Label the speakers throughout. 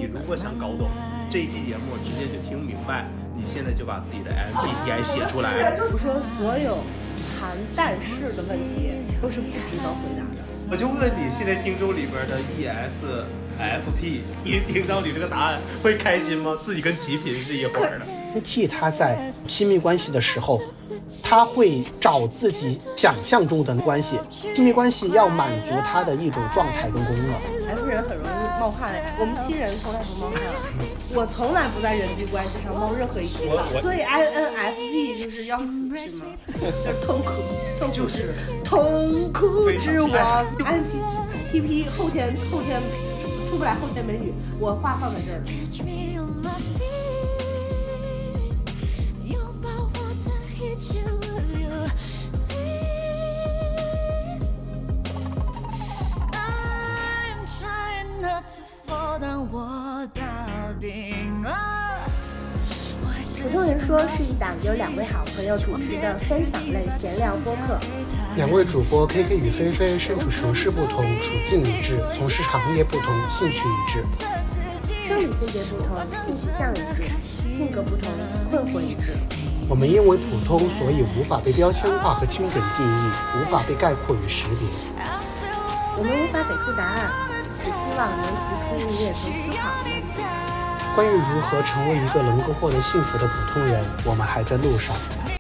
Speaker 1: 你如果想搞懂这一期节目，直接就听明白，你现在就把自己的 MBTI 写出来。
Speaker 2: 我说所有谈但是的问题都是不值得回答的。
Speaker 1: 我就问你，现在听众里边的 ESFP， 你听到你这个答案会开心吗？自己跟齐平是一伙的。
Speaker 3: T 他在亲密关系的时候，他会找自己想象中的关系，亲密关系要满足他的一种状态跟功能。
Speaker 2: F 人很容易冒汗，我们 T 人从来不冒汗，我从来不在人际关系上冒任何一滴汗，所以 INFP 就是要死是吗？就是痛苦
Speaker 1: 就是
Speaker 2: 痛苦之王。INTP 后天出不来后天美女，我话放在这儿。
Speaker 4: 普通人说是一档由2位好朋友主持的分享类闲聊播客。
Speaker 3: 2位主播 KK 与菲菲身处城市不同，处境一致，从事行业不同，兴趣一致。
Speaker 4: 生理性别不同，性取向一致，性格不同，困惑一致。
Speaker 3: 我们因为普通，所以无法被标签化和精准定义，无法被概括与识别。
Speaker 4: 我们无法给出答案，只希望能提出你也曾思考的问题。
Speaker 3: 关于如何成为一个能够获得幸福的普通人，我们还在路上。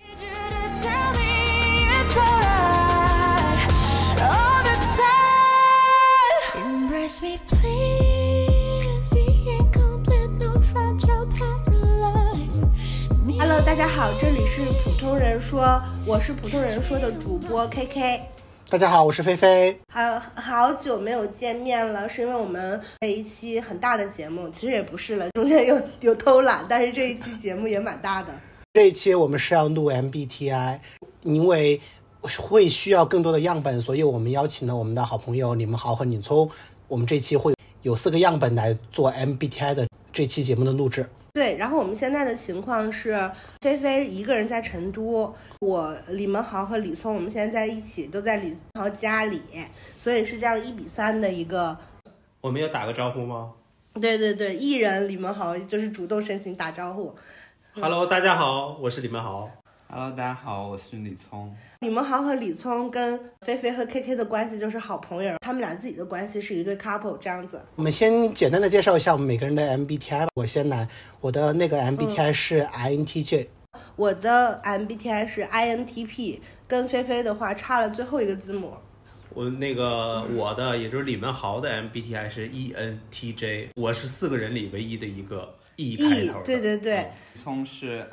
Speaker 2: Hello， 大家好，这里是普通人说，我是普通人说的主播 KK。
Speaker 3: 大家好，我是菲菲。
Speaker 2: 好久没有见面了，是因为我们这一期很大的节目，其实也不是了，中间有偷懒，但是这一期节目也蛮大的。
Speaker 3: 这一期我们是要录 MBTI， 因为会需要更多的样本，所以我们邀请了我们的好朋友李梦豪和李聪，我们这期会有4个样本来做 MBTI 的这期节目的录制。
Speaker 2: 对，然后我们现在的情况是菲菲一个人在成都，我李文豪和李聪我们现在在一起，都在李文豪家里，所以是这样1:3的一个。
Speaker 1: 我们要打个招呼吗？
Speaker 2: 对，艺人李文豪就是主动申请打招呼。
Speaker 1: Hello， 大家好，我是李文豪。
Speaker 5: Hello， 大家好，我是李聪。
Speaker 2: 李文豪和李聪跟菲菲和 KK 的关系就是好朋友，他们俩自己的关系是一对 couple 这样子。
Speaker 3: 我们先简单的介绍一下我们每个人的 MBTI 吧。我先来，我的那个 MBTI 是 INTJ，
Speaker 2: 我的 MBTI 是 INTP， 跟菲菲的话差了最后一个字母。
Speaker 1: 我的也就是李文豪的 MBTI 是 ENTJ， 我是4个人里唯一的一个 E 开头的。
Speaker 2: 对。
Speaker 5: 聪是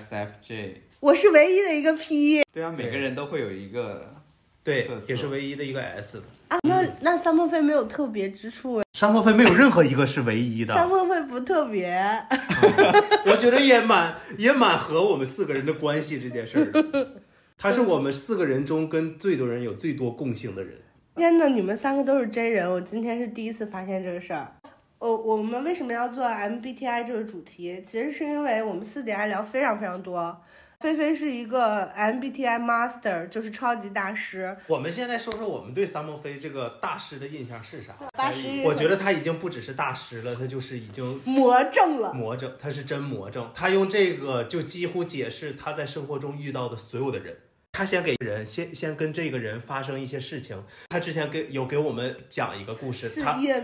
Speaker 5: ISFJ，
Speaker 2: 我是唯一的一个 P。
Speaker 5: 对啊，每个人都会有一个，
Speaker 1: 对，也是唯一的一个 S
Speaker 2: 啊。那三莫非没有特别之处哎。
Speaker 1: 三莫非没有任何一个是唯一的。
Speaker 2: 三莫非不特别。
Speaker 1: 我觉得也蛮合我们4个人的关系这件事儿。他是我们4个人中跟最多人有最多共性的人。
Speaker 2: 天哪，你们3个都是 J 人，我今天是第一次发现这个事儿。我们为什么要做 MBTI 这个主题？其实是因为我们4点爱聊非常非常多。菲菲是一个 MBTI Master， 就是超级大师。
Speaker 1: 我们现在说说我们对三孟非这个大师的印象是啥？
Speaker 2: 大师，
Speaker 1: 我觉得他已经不只是大师了，他就是已经
Speaker 2: 魔怔了。
Speaker 1: 魔怔，他是真魔怔。他用这个就几乎解释他在生活中遇到的所有的人。他先给人先跟这个人发生一些事情。他之前给我们讲一个故事，
Speaker 2: 是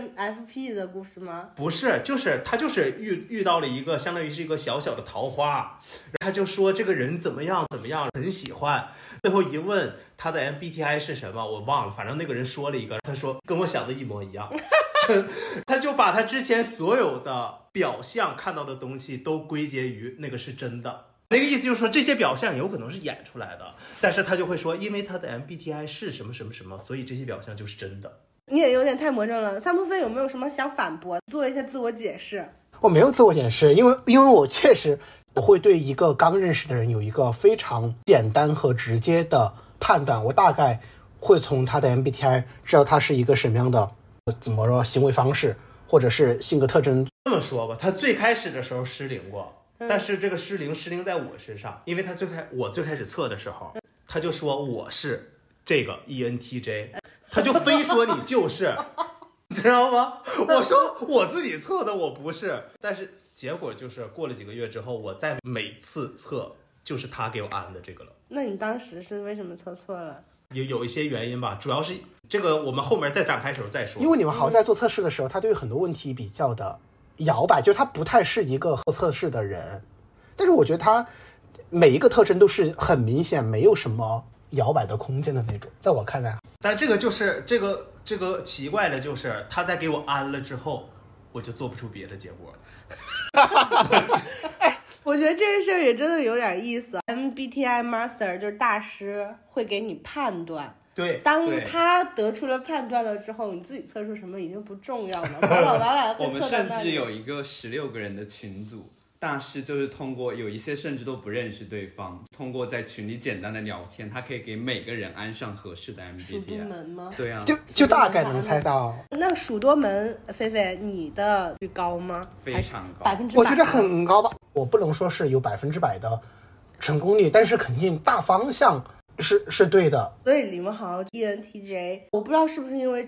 Speaker 2: ENFP 的故事吗？
Speaker 1: 不是，他就是遇到了一个相当于是一个小小的桃花，他就说这个人怎么样，很喜欢。最后一问他的 MBTI 是什么，我忘了，反正那个人说了一个，他说跟我想的一模一样。他就把他之前所有的表象看到的东西都归结于那个是真的。那个意思就是说，这些表象有可能是演出来的，但是他就会说，因为他的 MBTI 是什么什么什么，所以这些表象就是真的。
Speaker 2: 你也有点太魔怔了。三莫非有没有什么想反驳，做一些自我解释？
Speaker 3: 我没有自我解释，因为我确实我会对一个刚认识的人有一个非常简单和直接的判断，我大概会从他的 MBTI 知道他是一个什么样的怎么说行为方式或者是性格特征。
Speaker 1: 这么说吧，他最开始的时候失灵过。但是这个失灵在我身上，因为我最开始测的时候，他就说我是这个 ENTJ， 他就非说你就是， 知道吗？我说我自己测的，我不是，但是结果就是过了几个月之后，我再每次测就是他给我安的这个了。
Speaker 2: 那你当时是为什么测错了？
Speaker 1: 有一些原因吧，主要是这个我们后面再展开时候再说。
Speaker 3: 因为你们好像在做测试的时候，他对于很多问题比较的摇摆，就是他不太是一个做测试的人，但是我觉得他每一个特征都是很明显，没有什么摇摆的空间的那种，在我看来。
Speaker 1: 但这个就是这个奇怪的就是他在给我安了之后，我就做不出别的结果。
Speaker 2: 我觉得这个事儿也真的有点意思。MBTI Master 就是大师会给你判断，
Speaker 1: 对，
Speaker 2: 当他得出了判断了之后，你自己测出什么已经不重要了。老板
Speaker 5: 我们甚至有一个16个人的群组，大师就是通过有一些甚至都不认识对方，通过在群里简单的聊天，他可以给每个人安上合适的 MBTI。
Speaker 2: 属多门吗？
Speaker 5: 对啊，
Speaker 3: 就大概能猜到。
Speaker 2: 那属多门，菲菲，你的率高吗？
Speaker 5: 非常高
Speaker 2: ，100%？
Speaker 3: 我觉得很高吧，我不能说是有100%的成功率，但是肯定大方向是对的。
Speaker 2: 所以李文豪 ENTJ， 我不知道是不是因为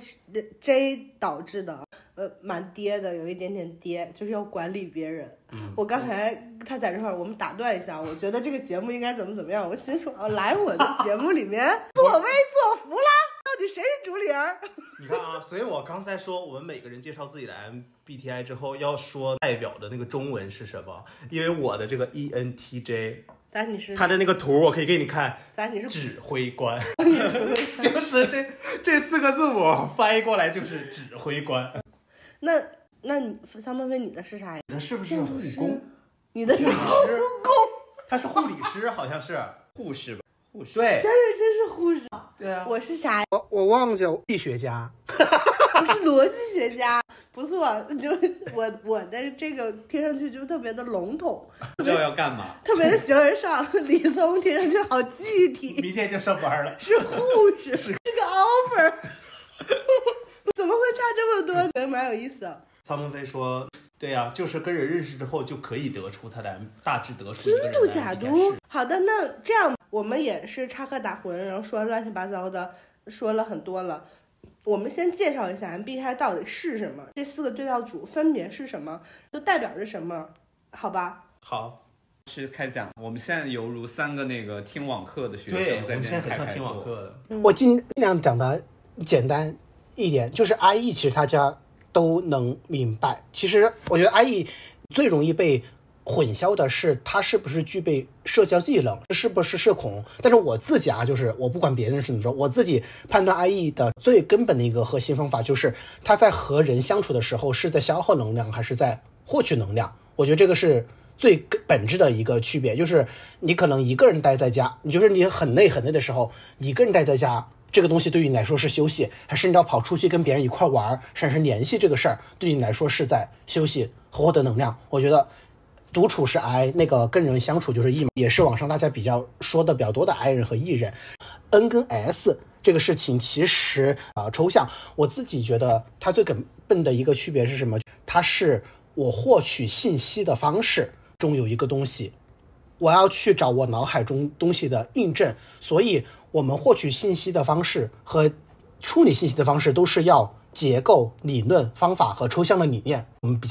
Speaker 2: J 导致的，蛮爹的，有一点点爹，就是要管理别人。我刚才他在这块儿，我们打断一下，我觉得这个节目应该怎么样，我心说来我的节目里面作威作福啦，到底谁是主理人？
Speaker 1: 你看啊，所以我刚才说我们每个人介绍自己的 MBTI 之后要说代表的那个中文是什么，因为我的这个 ENTJ，
Speaker 2: 你是
Speaker 1: 他的那个图我可以给你看，
Speaker 2: 你是
Speaker 1: 指挥官，就是这4个字母翻译过来就是指挥官。
Speaker 2: 那你桑曼飞你的是啥呀？
Speaker 1: 你的是不是护工？
Speaker 2: 你的是护工？
Speaker 1: 他是护理师，好像是
Speaker 5: 护士吧？护士
Speaker 1: 对，
Speaker 2: 真是护士。
Speaker 1: 对啊，
Speaker 2: 我是啥呀？
Speaker 3: 我忘记了，地学家。
Speaker 2: 我是逻辑学家，不错。就我的这个听上去就特别的笼统，
Speaker 5: 不知道要干嘛，
Speaker 2: 特别的形而上。李松听上去好具体，
Speaker 1: 明天就上班了，
Speaker 2: 是护士，是个 offer。怎么会差这么多？觉得蛮有意思的。
Speaker 1: 曹孟非说：“对呀、就是跟人认识之后就可以得出他的大致得出一个人的
Speaker 2: 度假都。好的，那这样我们也是插科打诨，然后说乱七八糟的，说了很多了。我们先介绍一下 MBTI 到底是什么，这4个对照组分别是什么，都代表着什么，好吧？
Speaker 1: 好，
Speaker 5: 是开讲。我们现在犹如3个那个听网课的学生
Speaker 1: 对，我
Speaker 5: 在
Speaker 1: 们现在很像
Speaker 5: 开
Speaker 1: 听网课的。
Speaker 3: 我尽量讲的简单一点，就是 IE 其实大家都能明白。其实我觉得 IE 最容易被混淆的是他是不是具备社交技能，是不是社恐。但是我自己就是我不管别人是怎么说，我自己判断 IE 的最根本的一个核心方法就是他在和人相处的时候是在消耗能量还是在获取能量。我觉得这个是最本质的一个区别，就是你可能一个人待在家，你很累的时候，你一个人待在家，这个东西对于你来说是休息，还是你要跑出去跟别人一块玩，产生联系，这个事儿对你来说是在休息和获得能量。我觉得独处是 I， 那个跟人相处就是 E， 也是网上大家说的比较多的 I 人和 E 人。N 跟 S 这个事情其实抽象，我自己觉得它最根本的一个区别是什么？它是我获取信息的方式中有一个东西，我要去找我脑海中东西的印证，所以我们获取信息的方式和处理信息的方式都是要结构、理论、方法和抽象的理念。我们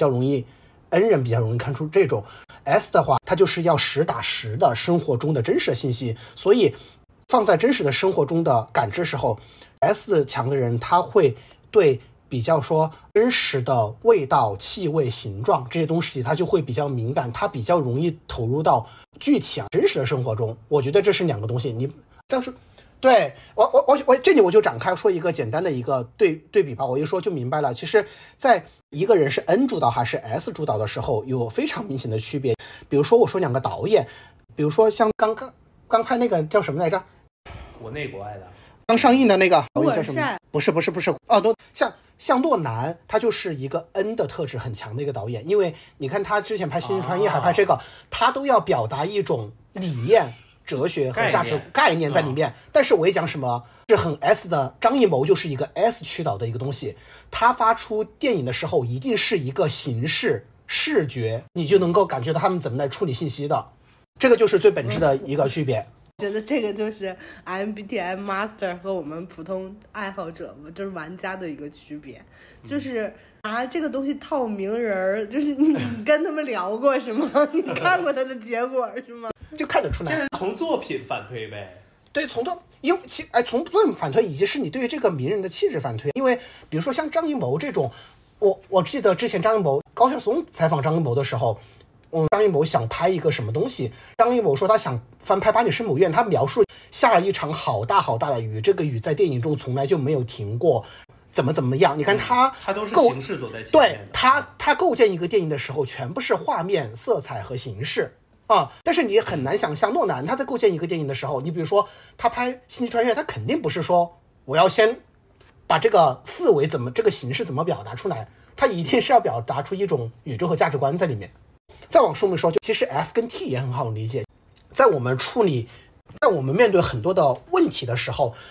Speaker 3: N 人比较容易看出这种。S 的话，它就是要实打实的生活中的真实信息，所以放在真实的生活中的感知时候， S 强的人他会对比较说真实的味道、气味、形状这些东西他就会比较敏感，他比较容易投入到具体真实的生活中。我觉得这是2个东西。但是对我这里我就展开说一个简单的一个对比吧，我一说就明白了。其实在一个人是 N 主导还是 S 主导的时候有非常明显的区别。比如说我说2个导演，比如说像刚拍那个叫什么来着，
Speaker 1: 国内国外的
Speaker 3: 刚上映的那个导演叫什么？
Speaker 2: 尔善
Speaker 3: 不是哦，像诺兰，他就是一个 N 的特质很强的一个导演，因为你看他之前拍《星际穿越》还拍这个，他都要表达一种理念、哲学和价值概念在里面。但是我也讲什么是很 S 的张艺谋就是一个 S 驱导的一个东西，他发出电影的时候一定是一个形式视觉，你就能够感觉到他们怎么来处理信息的，这个就是最本质的一个区别。
Speaker 2: 觉得这个就是 MBTI Master 和我们普通爱好者嘛，就是玩家的一个区别，就是这个东西套名人，就是你跟他们聊过是吗？你看过他的结果是吗？
Speaker 3: 就看得出来，
Speaker 1: 这是从作品反推呗。
Speaker 3: 对，从作品反推，以及是你对于这个名人的气质反推。因为比如说像张艺谋这种，我记得之前张艺谋高晓松采访张艺谋的时候，张艺谋想拍一个什么东西，张艺谋说他想翻拍《巴黎圣母院》，他描述下了一场好大好大的雨，这个雨在电影中从来就没有停过，怎么样？你看他
Speaker 1: 都是形式走在前面的。
Speaker 3: 对他构建一个电影的时候，全部是画面、色彩和形式啊。但是你很难想象诺兰他在构建一个电影的时候，你比如说他拍《星际穿越》，他肯定不是说我要先把这个思维这个形式怎么表达出来，他一定是要表达出一种宇宙和价值观在里面。再往书面说，就其实 F 跟 T 也很好理解，在我们面对很多的问题的时候，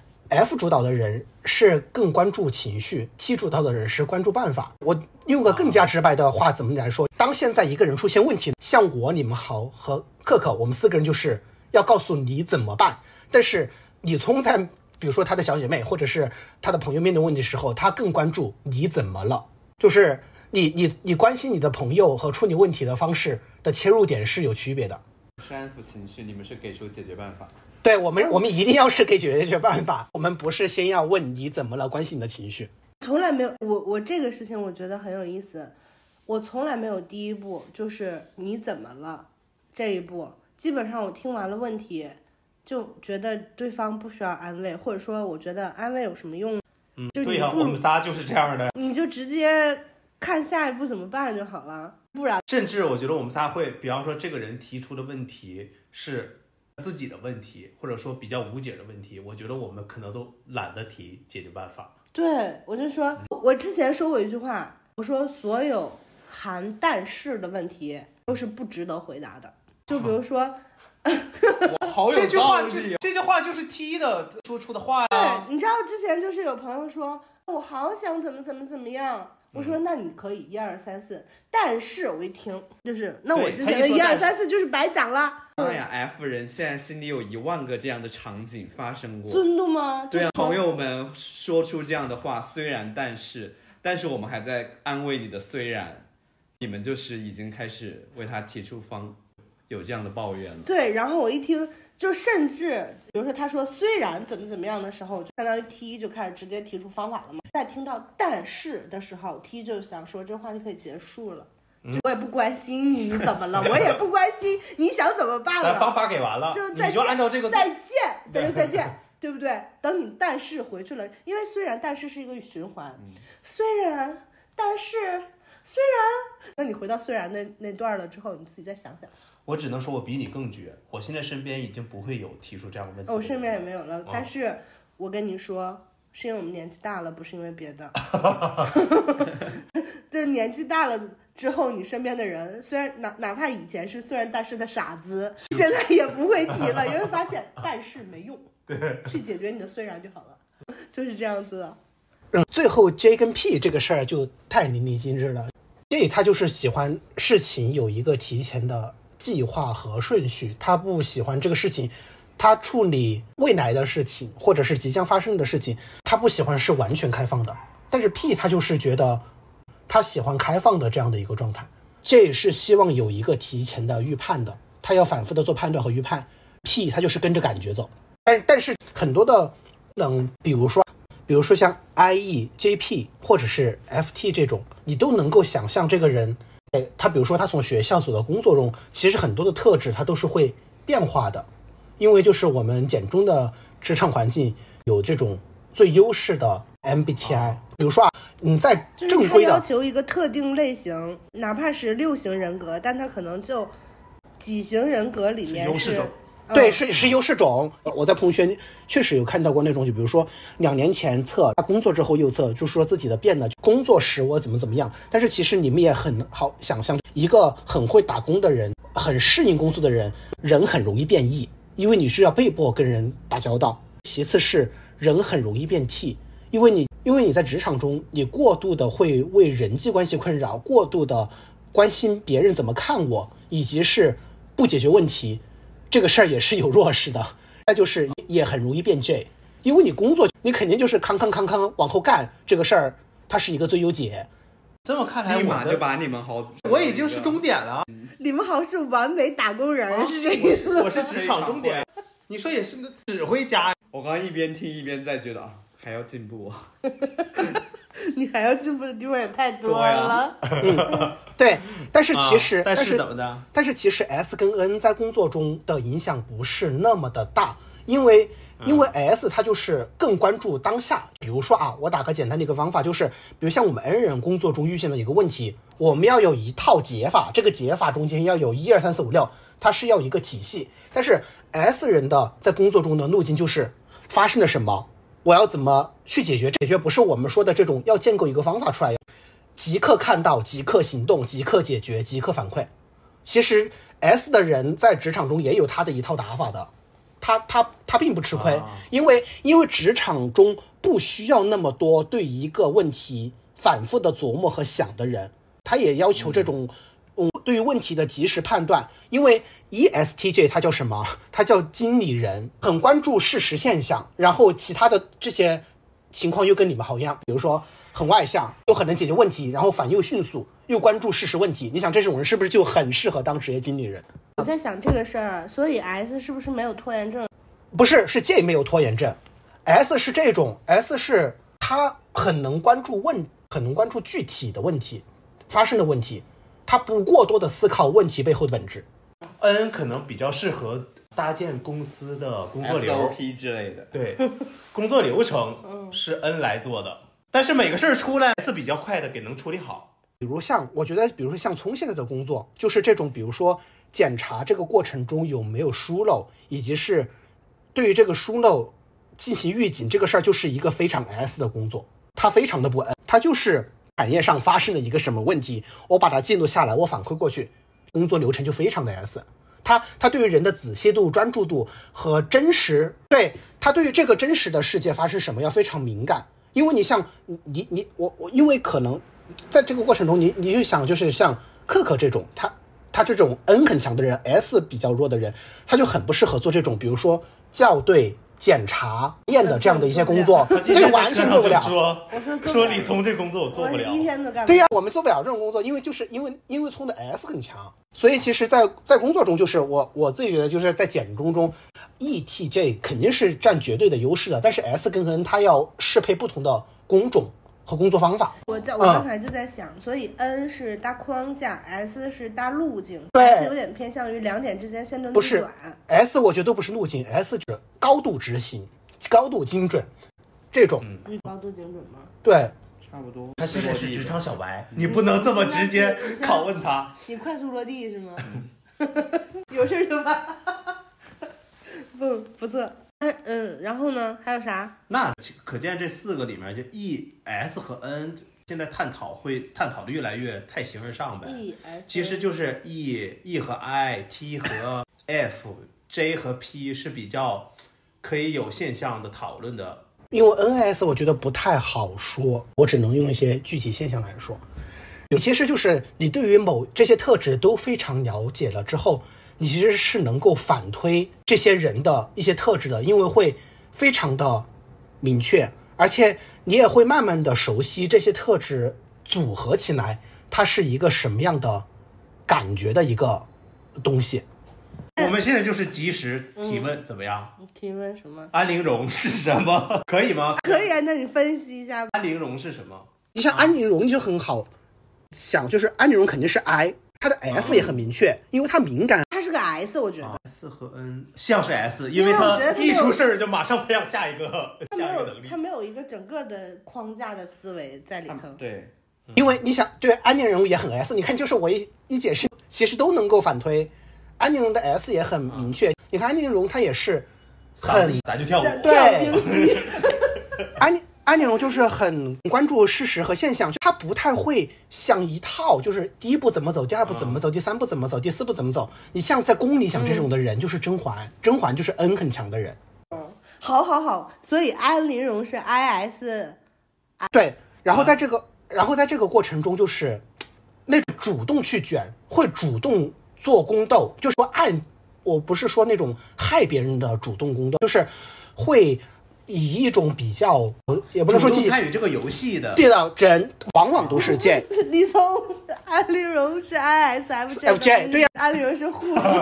Speaker 3: F 主导的人是更关注情绪， T 主导的人是关注办法。我用个更加直白的话怎么来说，当现在一个人出现问题，像我、你们豪和可可，我们4个人就是要告诉你怎么办。但是李聪在比如说他的小姐妹或者是他的朋友面对问题的时候，他更关注你怎么了，就是你关心你的朋友和处理问题的方式的切入点是有区别的。
Speaker 5: 是安抚情绪，你们是给出解决办法。
Speaker 3: 对，我们一定要是给解决办法，我们不是先要问你怎么了，关心你的情绪。
Speaker 2: 从来没有，我这个事情我觉得很有意思，我从来没有第一步就是你怎么了这一步，基本上我听完了问题就觉得对方不需要安慰，或者说我觉得安慰有什么用？
Speaker 1: 对呀，我们仨就是这样的，
Speaker 2: 你就直接看下一步怎么办就好了，不然
Speaker 1: 甚至我觉得我们仨会，比方说这个人提出的问题是自己的问题，或者说比较无解的问题，我觉得我们可能都懒得提解决办法。
Speaker 2: 对，我就说，我之前说过一句话，我说所有含但是的问题都是不值得回答的。就比如说，
Speaker 1: 好有道理，这句话就是 T 的说出的话呀。
Speaker 2: 对，你知道之前就是有朋友说，我好想怎么样。我说那你可以1、2、3、4，但是我一听就是那我之前的1、2、3、4就是白讲了。
Speaker 5: 哎呀 ，F 人现在心里有10000个这样的场景发生过。
Speaker 2: 真的吗？
Speaker 5: 对啊，朋友们说出这样的话，虽然但是我们还在安慰你的虽然，你们就是已经开始为他提出有这样的抱怨了。
Speaker 2: 对，然后我一听就甚至比如说他说虽然怎么样的时候，就相当于 T 就开始直接提出方法了嘛。在听到但是的时候 T 就想说这话就可以结束了，我也不关心你怎么了，我也不关心你想怎么办了，
Speaker 1: 咱方法给完了，
Speaker 2: 就
Speaker 1: 你就按照这个
Speaker 2: 再见，对，就再见，对不对？等你但是回去了，因为虽然但是是一个循环，虽然但是虽然，那你回到虽然那段了之后，你自己再想想。
Speaker 1: 我只能说我比你更绝，我现在身边已经不会有提出这样的问题。
Speaker 2: 我身边也没有了，但是我跟你说，是因为我们年纪大了，不是因为别的。就年纪大了之后，你身边的人虽然哪怕以前是虽然但是的傻子，现在也不会提了，因为发现但是没用，
Speaker 1: 对，
Speaker 2: 去解决你的虽然就好了，就是这样子的。
Speaker 3: 最后 J 跟 P 这个事儿就太淋漓尽致了。J 他就是喜欢事情有一个提前的计划和顺序，他不喜欢这个事情，他处理未来的事情或者是即将发生的事情，他不喜欢是完全开放的。但是 P 他就是觉得他喜欢开放的这样的一个状态，这也是希望有一个提前的预判的，他要反复的做判断和预判。P 他就是跟着感觉走，但是很多的比如说像 IE、JP 或者是 FT 这种，你都能够想象这个人，他比如说他从学校所的工作中，其实很多的特质他都是会变化的，因为就是我们简中的职场环境有这种最优势的 MBTI，比如说你在正规的，
Speaker 2: 就是他要求一个特定类型，哪怕是6型人格，但他可能就几型人格里面是
Speaker 3: 对，是优势种。我在朋友圈确实有看到过那种，就比如说2年前测，他工作之后又测，就是说自己的变得工作时我怎么样。但是其实你们也很好想象，一个很会打工的人，很适应工作的人很容易变异，因为你是要被迫跟人打交道。其次是人很容易变 T， 因为你在职场中，你过度的会为人际关系困扰，过度的关心别人怎么看我，以及是不解决问题。 这个事儿也是有弱势的，那就是也很容易变 J， 因为你工作你肯定就是康往后干，这个事儿它是一个最优解。
Speaker 1: 这么看来
Speaker 5: 立马就把你们好，
Speaker 1: 我已经是终点了。
Speaker 2: 你们好像是完美打工人，是这意思？
Speaker 1: 我是职场终点。你说也是个指挥家。
Speaker 5: 我刚刚一边听一边在觉得还要进步啊。
Speaker 2: 你还要进步的地方也太多了。
Speaker 3: 对，但是其实，
Speaker 1: 但是怎么的？
Speaker 3: 但是其实 S 跟 N 在工作中的影响不是那么的大，因为 S 它就是更关注当下。比如说啊，我打个简单的一个方法，就是比如像我们 N 人工作中遇见的一个问题，我们要有一套解法，这个解法中间要有1、2、3、4、5、6，它是要一个体系。但是 S 人的在工作中的路径就是发生了什么，我要怎么去解决？解决不是我们说的这种要建构一个方法出来，即刻看到，即刻行动，即刻解决，即刻反馈。其实 S 的人在职场中也有他的一套打法的，他并不吃亏，因为职场中不需要那么多对一个问题反复的琢磨和想的人，他也要求这种对于问题的及时判断。因为 ESTJ 它叫什么？它叫经理人，很关注事实现象，然后其他的这些情况又跟你们好一样，比如说很外向，又很能解决问题，然后反应又迅速，又关注事实问题。你想这种人是不是就很适合当职业经理人？
Speaker 2: 我在想这个事儿，所以 S 是不是没有拖延症？
Speaker 3: 不是，是 J 没有拖延症。S 是这种 ，S 是他很能关注具体的问题发生的问题，他不过多的思考问题背后的本质。
Speaker 1: N 可能比较适合搭建公司的工作流
Speaker 5: SOP 之类的，
Speaker 1: 对，工作流程是 N 来做的，但是每个事儿出来是比较快的给能处理好。
Speaker 3: 我觉得比如说像聪现在的工作，就是这种比如说检查这个过程中有没有疏漏，以及是对于这个疏漏进行预警，这个事儿就是一个非常 S 的工作，它非常的不 N， 它就是产业上发生了一个什么问题，我把它记录下来，我反馈过去，工作流程就非常的 S。他对于人的仔细度、专注度和真实，对他对于这个真实的世界发生什么要非常敏感。因为你像我，因为可能在这个过程中，你就想就是像克这种，他这种 N 很强的人 ，S 比较弱的人，他就很不适合做这种，比如说校对、检查、验的这样的一些工作，这个完全做不了。
Speaker 1: 说李聪这工作我做不了，
Speaker 2: 一天都干不了。
Speaker 3: 对呀，我们做不了这种工作，因为聪的 S 很强，所以其实在工作中，就是我自己觉得就是在简中 ETJ 肯定是占绝对的优势的，但是 S 跟 N 它要适配不同的工种和工作方法。
Speaker 2: 我刚才就在想，所以 N 是搭框架， S 是搭路径，
Speaker 3: 对
Speaker 2: S 有点偏向于两点之间线段最短。
Speaker 3: S 我觉得都不是路径， S 就是高度执行、高度精准这种。
Speaker 2: 高度精准吗？
Speaker 3: 对，
Speaker 5: 差不多。
Speaker 1: 他现在是职场小白，你不能这么直接拷问他。
Speaker 2: 你快速落地是吗？有事就发。不错。然后呢？还有啥？
Speaker 1: 那可见这4个里面，就 E、S 和 N 现在探讨的越来越太形而上呗。其实就是 E 和 I、T 和 F、J 和 P 是比较可以有现象的讨论的。
Speaker 3: 因为 NS 我觉得不太好说，我只能用一些具体现象来说。其实就是你对于这些特质都非常了解了之后，你其实是能够反推这些人的一些特质的，因为会非常的明确，而且你也会慢慢的熟悉这些特质组合起来它是一个什么样的感觉的一个东西。
Speaker 1: 我们现在就是及时提问，怎么样？
Speaker 2: 提问什么？
Speaker 1: 安陵容是什么？可以吗？
Speaker 2: 可以啊，那你分析一下。
Speaker 1: 安陵容是什么？
Speaker 3: 你像安陵容就很好想，就是安陵容肯定是 I， 他的 F 也很明确，因为他敏感。
Speaker 2: 他是个 S， 我觉得
Speaker 1: S 和 N 像是 S， 因为他一出事儿就马上培养下一个能力。
Speaker 2: 他没有一个整个的框架的思维在里头。
Speaker 5: 对，
Speaker 3: 因为你想，对安陵容也很 S， 你看就是我一解释，其实都能够反推。安陵容的 S 也很明确，你看安陵容她也是很，
Speaker 1: 咱就跳舞。
Speaker 3: 对，安陵容就是很关注事实和现象，他不太会像一套，就是第一步怎么走，第二步怎么走，第三步怎么走，第四步怎么走。你像在宫里想这种的人，就是甄嬛，甄嬛就是 N 很强的人。
Speaker 2: 好，所以安陵容是 IS，
Speaker 3: 对，然后在这个过程中，就是那种主动去卷，会主动做宫斗，就是说按我不是说那种害别人的主动宫斗，就是会以一种比较，也不能说
Speaker 1: 主动参与这个游戏的，
Speaker 3: 对的人往往都是 J。
Speaker 2: 你从安陵容是 ISFJ，
Speaker 3: 对呀，
Speaker 2: 安陵容是护士，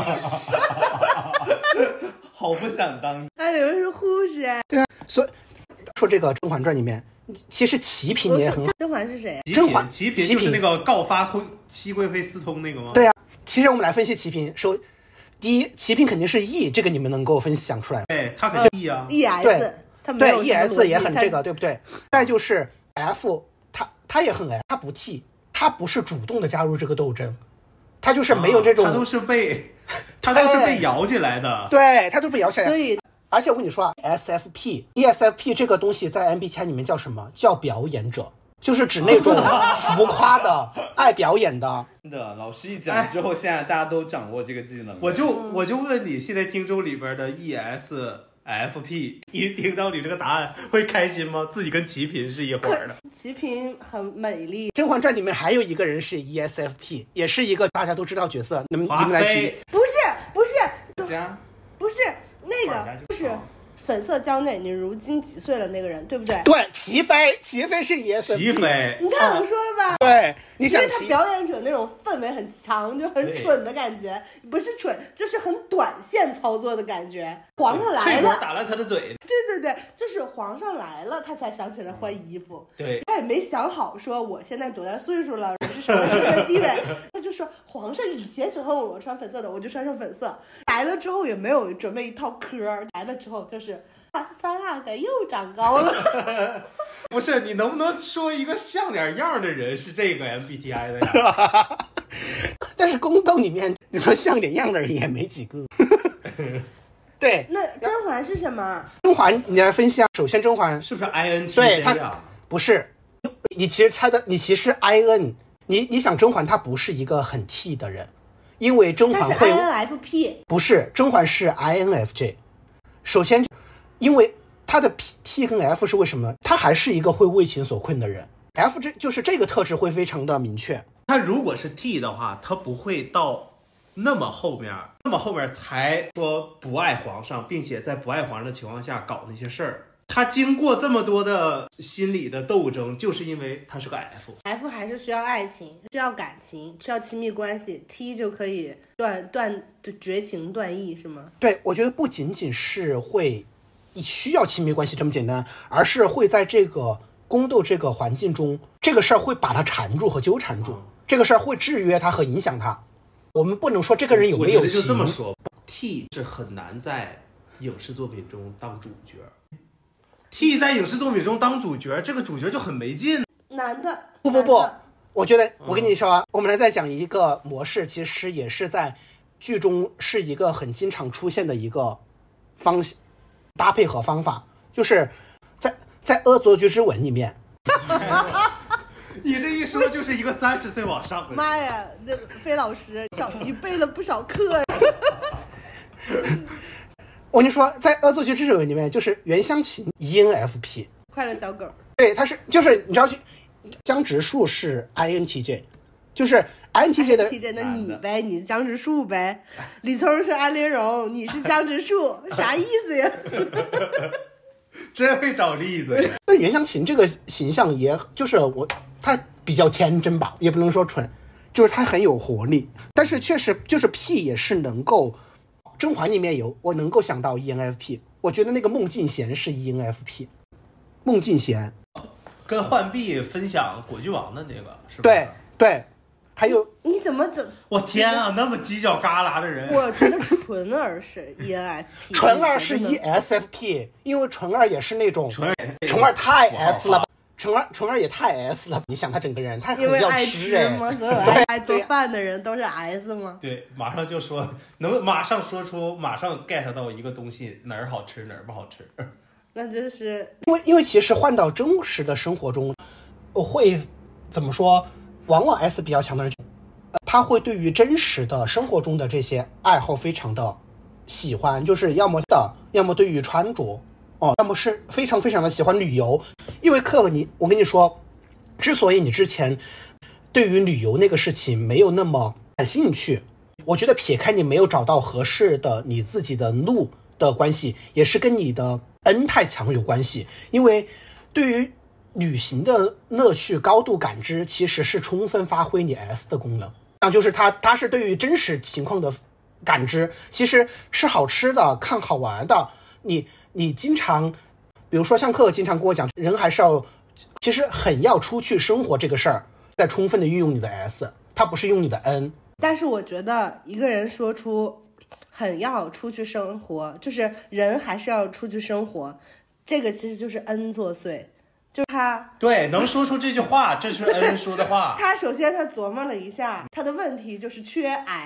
Speaker 5: 好不想当。
Speaker 2: 安陵容是护士。
Speaker 3: 对啊，所以说这个《甄嬛传》里面，其实齐嫔也很好。
Speaker 2: 甄嬛是谁？
Speaker 1: 齐嫔就是那个告发熹贵妃私通那个吗？
Speaker 3: 对啊，其实我们来分析齐嫔，第一，齐嫔肯定是 E， 这个你们能够分享出来。
Speaker 1: 对，他肯定 E 啊。
Speaker 2: ES， 他没有
Speaker 3: 对 ES 也很这个，对不对？再就是 F， 他也很 F， 他不 T， 他不是主动的加入这个斗争，他就是没有这种，
Speaker 1: 他都是被摇进来的，
Speaker 3: 对，他都被摇起来。
Speaker 2: 所以，
Speaker 3: 而且我跟你说啊 ，ESFP 这个东西在 MBTI 里面叫什么？叫表演者。就是指那种浮夸的、爱表演的。
Speaker 5: 真的，老师一讲之后，现在大家都掌握这个技能。
Speaker 1: 我就问你，现在听众里边的 ESFP， 一听到你这个答案会开心吗？自己跟齐嫔是一伙的。
Speaker 2: 齐嫔很美丽。
Speaker 3: 《甄嬛传》里面还有一个人是 ESFP， 也是一个大家都知道角色。你们来提。
Speaker 2: 不是那个，就是粉色娇内，你如今几岁了那个人，对不对？
Speaker 3: 对，齐妃是 ESFP。
Speaker 1: 齐妃，
Speaker 2: 你看我说了吧？
Speaker 3: 对，你想
Speaker 2: 因为他表演者那种氛围很强，就很蠢的感觉，不是蠢，就是很短线操作的感觉。皇上来了，
Speaker 1: 打烂他的嘴。
Speaker 2: 对，就是皇上来了，他才想起来换衣服。
Speaker 1: 对，
Speaker 2: 他也没想好说我现在多大岁数了，我是什么社会地位，他就说皇上以前喜欢我穿粉色的，我就穿上粉色。来了之后也没有准备一套科，来了之后就是32又长高了。
Speaker 1: 不是，你能不能说一个像点样的人是这个 MBTI 的呀？
Speaker 3: 但是宫斗里面，你说像点样的人也没几个。对，
Speaker 2: 那甄嬛是什么？
Speaker 3: 甄嬛，你来分析啊。首先，甄嬛
Speaker 1: 是不是 INTJ
Speaker 3: 对，
Speaker 1: 啊？
Speaker 3: 不是，你其实猜的，你其实 IN， 你想甄嬛她不是一个很 T 的人，因为甄嬛会
Speaker 2: INFP，
Speaker 3: 不是，甄嬛是 INFJ。首先，因为她的 T 跟 F 是为什么？她还是一个会为情所困的人。F 就是这个特质会非常的明确。
Speaker 1: 他如果是 T 的话，他不会到那么后面才说不爱皇上，并且在不爱皇上的情况下搞那些事儿。他经过这么多的心理的斗争，就是因为他是个 F
Speaker 2: 还是需要爱情，需要感情，需要亲密关系。T 就可以绝情断义，是吗？
Speaker 3: 对，我觉得不仅仅是会需要亲密关系这么简单，而是会在这个宫斗这个环境中，这个事儿会把他缠住和纠缠住，这个事儿会制约他和影响他。我们不能说这个人有没有情，
Speaker 1: 我觉得就这么说 ，T 是很难在影视作品中当主角。T 在影视作品中当主角，这个主角就很没劲。
Speaker 2: 男的
Speaker 3: 不，我觉得我跟你说，我们来再讲一个模式，其实也是在剧中是一个很经常出现的一个搭配和方法，就是在《恶作剧之吻》里面。
Speaker 1: 你这一说就是一个30岁往上的。
Speaker 2: 妈呀，那个飞老师，你备了不少课。
Speaker 3: 我跟你说，在《恶作剧之吻》里面，就是袁湘琴 ENFP，
Speaker 2: 快乐小狗。
Speaker 3: 对，他就是你知道，江直树是 INTJ， 就是 INTJ 的
Speaker 2: INTJ 那你呗，你江直树呗。李聪是安陵容，你是江直树，啥意思呀？
Speaker 1: 真会找例子。
Speaker 3: 那袁湘琴这个形象也就是他比较天真吧，也不能说蠢，就是他很有活力。但是确实就是 P 也是能够，甄嬛里面我能够想到 ENFP， 我觉得那个孟静娴是 ENFP， 孟静娴
Speaker 1: 跟浣碧分享果郡王的那个是吧？
Speaker 3: 对，还有
Speaker 2: 你怎么整？
Speaker 1: 我天啊，那么犄角旮旯的人。
Speaker 2: 我觉得纯儿是 ENFP，
Speaker 3: 纯儿是 ESFP， 因为纯儿也是那种纯儿太 S 了吧。纯儿也太 S 了，你想他整个人，他很要吃
Speaker 2: 吗？所有爱做饭的人都是 S 吗？
Speaker 1: 对，马上就说能马上说出，马上 get 到一个东西哪儿好吃哪儿不好吃。
Speaker 2: 那就是
Speaker 3: 因为其实换到真实的生活中，我会怎么说？往往 S 比较强的人，他会对于真实的生活中的这些爱好非常的喜欢，就是要么对于穿着。要么是非常非常的喜欢旅游，因为我跟你说，之所以你之前对于旅游那个事情没有那么感兴趣， 我觉得撇开你没有找到合适的你自己的路的关系，也是跟你的 N 太强有关系。因为对于旅行的乐趣高度感知其实是充分发挥你 S 的功能，就是它是对于真实情况的感知。其实吃好吃的看好玩的，你经常比如说像克经常跟我讲，人还是要其实很要出去生活这个事儿，在充分的运用你的 S， 它不是用你的 N。
Speaker 2: 但是我觉得一个人说出很要出去生活，就是人还是要出去生活，这个其实就是 N 作祟。就是他
Speaker 1: 对能说出这句话，这是 N 说的话。
Speaker 2: 他首先他琢磨了一下，他的问题就是缺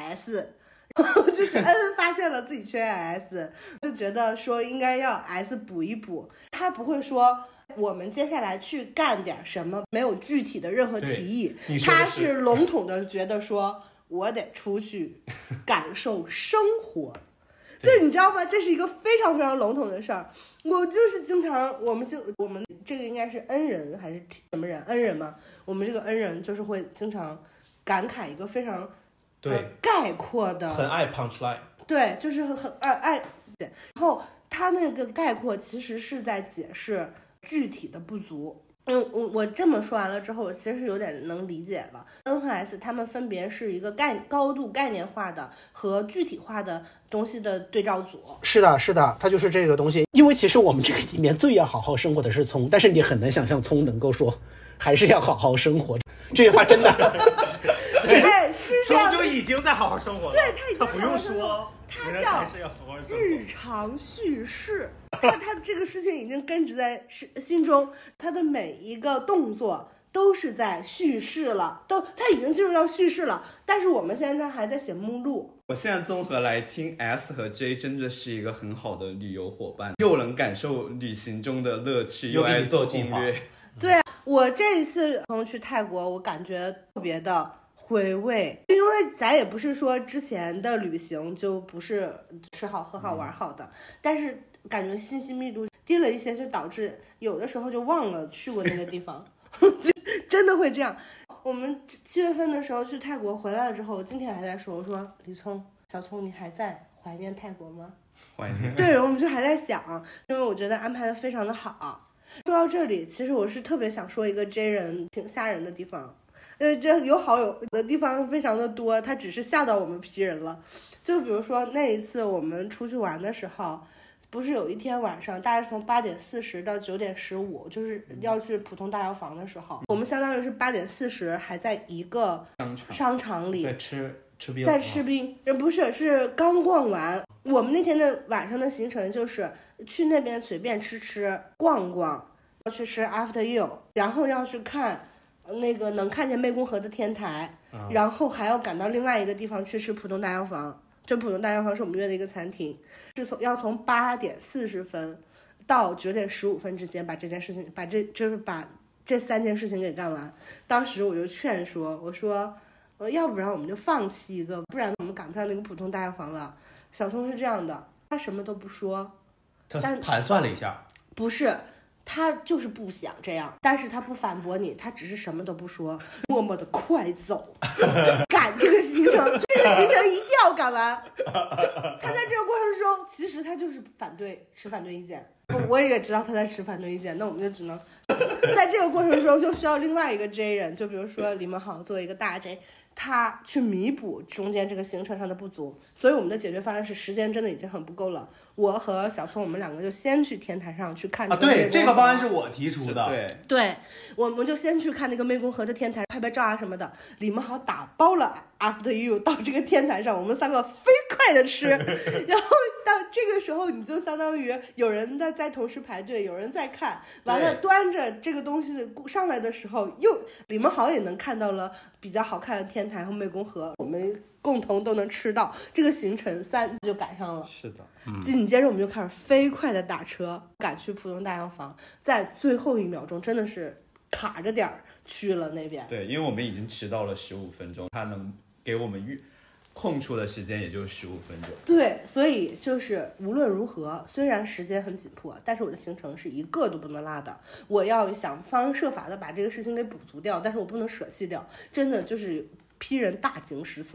Speaker 2: S， 然后就是 N 发现了自己缺 S， 就觉得说应该要 S 补一补。他不会说我们接下来去干点什么，没有具体的任何提议，他是笼统的觉得说我得出去感受生活。就是你知道吗？这是一个非常非常笼统的事儿。我就是经常，我们这个应该是 N 人还是什么人 ？N 人嘛。我们这个 N 人就是会经常感慨一个非常概括的，
Speaker 1: 很爱 punchline。
Speaker 2: 对，就是很爱。然后他那个概括其实是在解释具体的不足。我这么说完了之后，我其实是有点能理解了。N 和 S 他们分别是一个高度概念化的和具体化的东西的对照组。
Speaker 3: 是的，是的，它就是这个东西。因为其实我们这个里面最要好好生活的是葱，但是你很难想象葱能够说还是要好好生活，这句话真的
Speaker 2: 对，是这样。
Speaker 1: 葱就已经在好好生活了，
Speaker 2: 对，他已经
Speaker 1: 他不用说，
Speaker 2: 他叫日常叙事。他这个事情已经根植在心中，他的每一个动作都是在叙事了，他已经进入到叙事了。但是我们现在还在写目录。
Speaker 5: 我现在综合来听 S 和 J 真的是一个很好的旅游伙伴，又能感受旅行中的乐趣，又爱做攻略。
Speaker 2: 对，我这一次去泰国，我感觉特别的回味，因为咱也不是说之前的旅行就不是吃好喝好玩好的，但是感觉信息密度低了一些，就导致有的时候就忘了去过那个地方真的会这样。我们7月份的时候去泰国回来了之后，我今天还在说，我说李聪小聪，你还在怀念泰国吗？
Speaker 5: 怀念。
Speaker 2: 对，我们就还在想，因为我觉得安排的非常的好。说到这里，其实我是特别想说一个 J 人挺吓人的地方，这有好有的地方非常的多，它只是吓到我们 P 人了。就比如说那一次我们出去玩的时候，不是有一天晚上大概从8点40到9点15，就是要去普通大药房的时候，我们相当于是8点40还在一个商场里
Speaker 1: 在吃冰，
Speaker 2: 在吃冰，不是刚逛完。我们那天的晚上的行程就是去那边随便吃逛逛，要去吃 After You， 然后要去看那个能看见湄公河的天台，然后还要赶到另外一个地方去吃浦东大药房。这浦东大药房是我们约的一个餐厅，是要从8点40分到9点15分之间把这件事情，把这3件事情给干完。当时我就劝说，我说要不然我们就放弃一个，不然我们赶不上那个普通大药房了。小聪是这样的，他什么都不说，
Speaker 1: 他盘算了一下，
Speaker 2: 不是，他就是不想这样，但是他不反驳你，他只是什么都不说，默默的快走，赶这个行程，这个行程一定要赶完。他在这个过程中，其实他就是持反对意见，我也知道他在持反对意见，那我们就只能在这个过程中就需要另外一个 J 人，就比如说李梦豪作为一个大 J，他去弥补中间这个行程上的不足。所以我们的解决方案是时间真的已经很不够了，我和小聪我们2个就先去天台上去看
Speaker 1: 对，这个方案是我提出的。
Speaker 5: 对，
Speaker 2: 我们就先去看那个湄公河的天台，拍拍照啊什么的。李梦豪打包了 After You 到这个天台上，我们3个飞快的吃，然后到这个时候你就相当于有人在同时排队，有人在看，完了端着这个东西上来的时候，李梦豪也能看到了比较好看的天台和湄公河，我们共同都能吃到，这个行程3就赶上了。
Speaker 5: 是的，
Speaker 2: 紧接着我们就开始飞快的打车赶去浦东大药房，在最后1秒钟真的是卡着点儿去了那边。
Speaker 5: 对，因为我们已经迟到了15分钟，他能给我们空出的时间也就15分钟。
Speaker 2: 对，所以就是无论如何，虽然时间很紧迫，但是我的行程是一个都不能落的。我要想方设法的把这个事情给补足掉，但是我不能舍弃掉，真的就是批人大惊失色。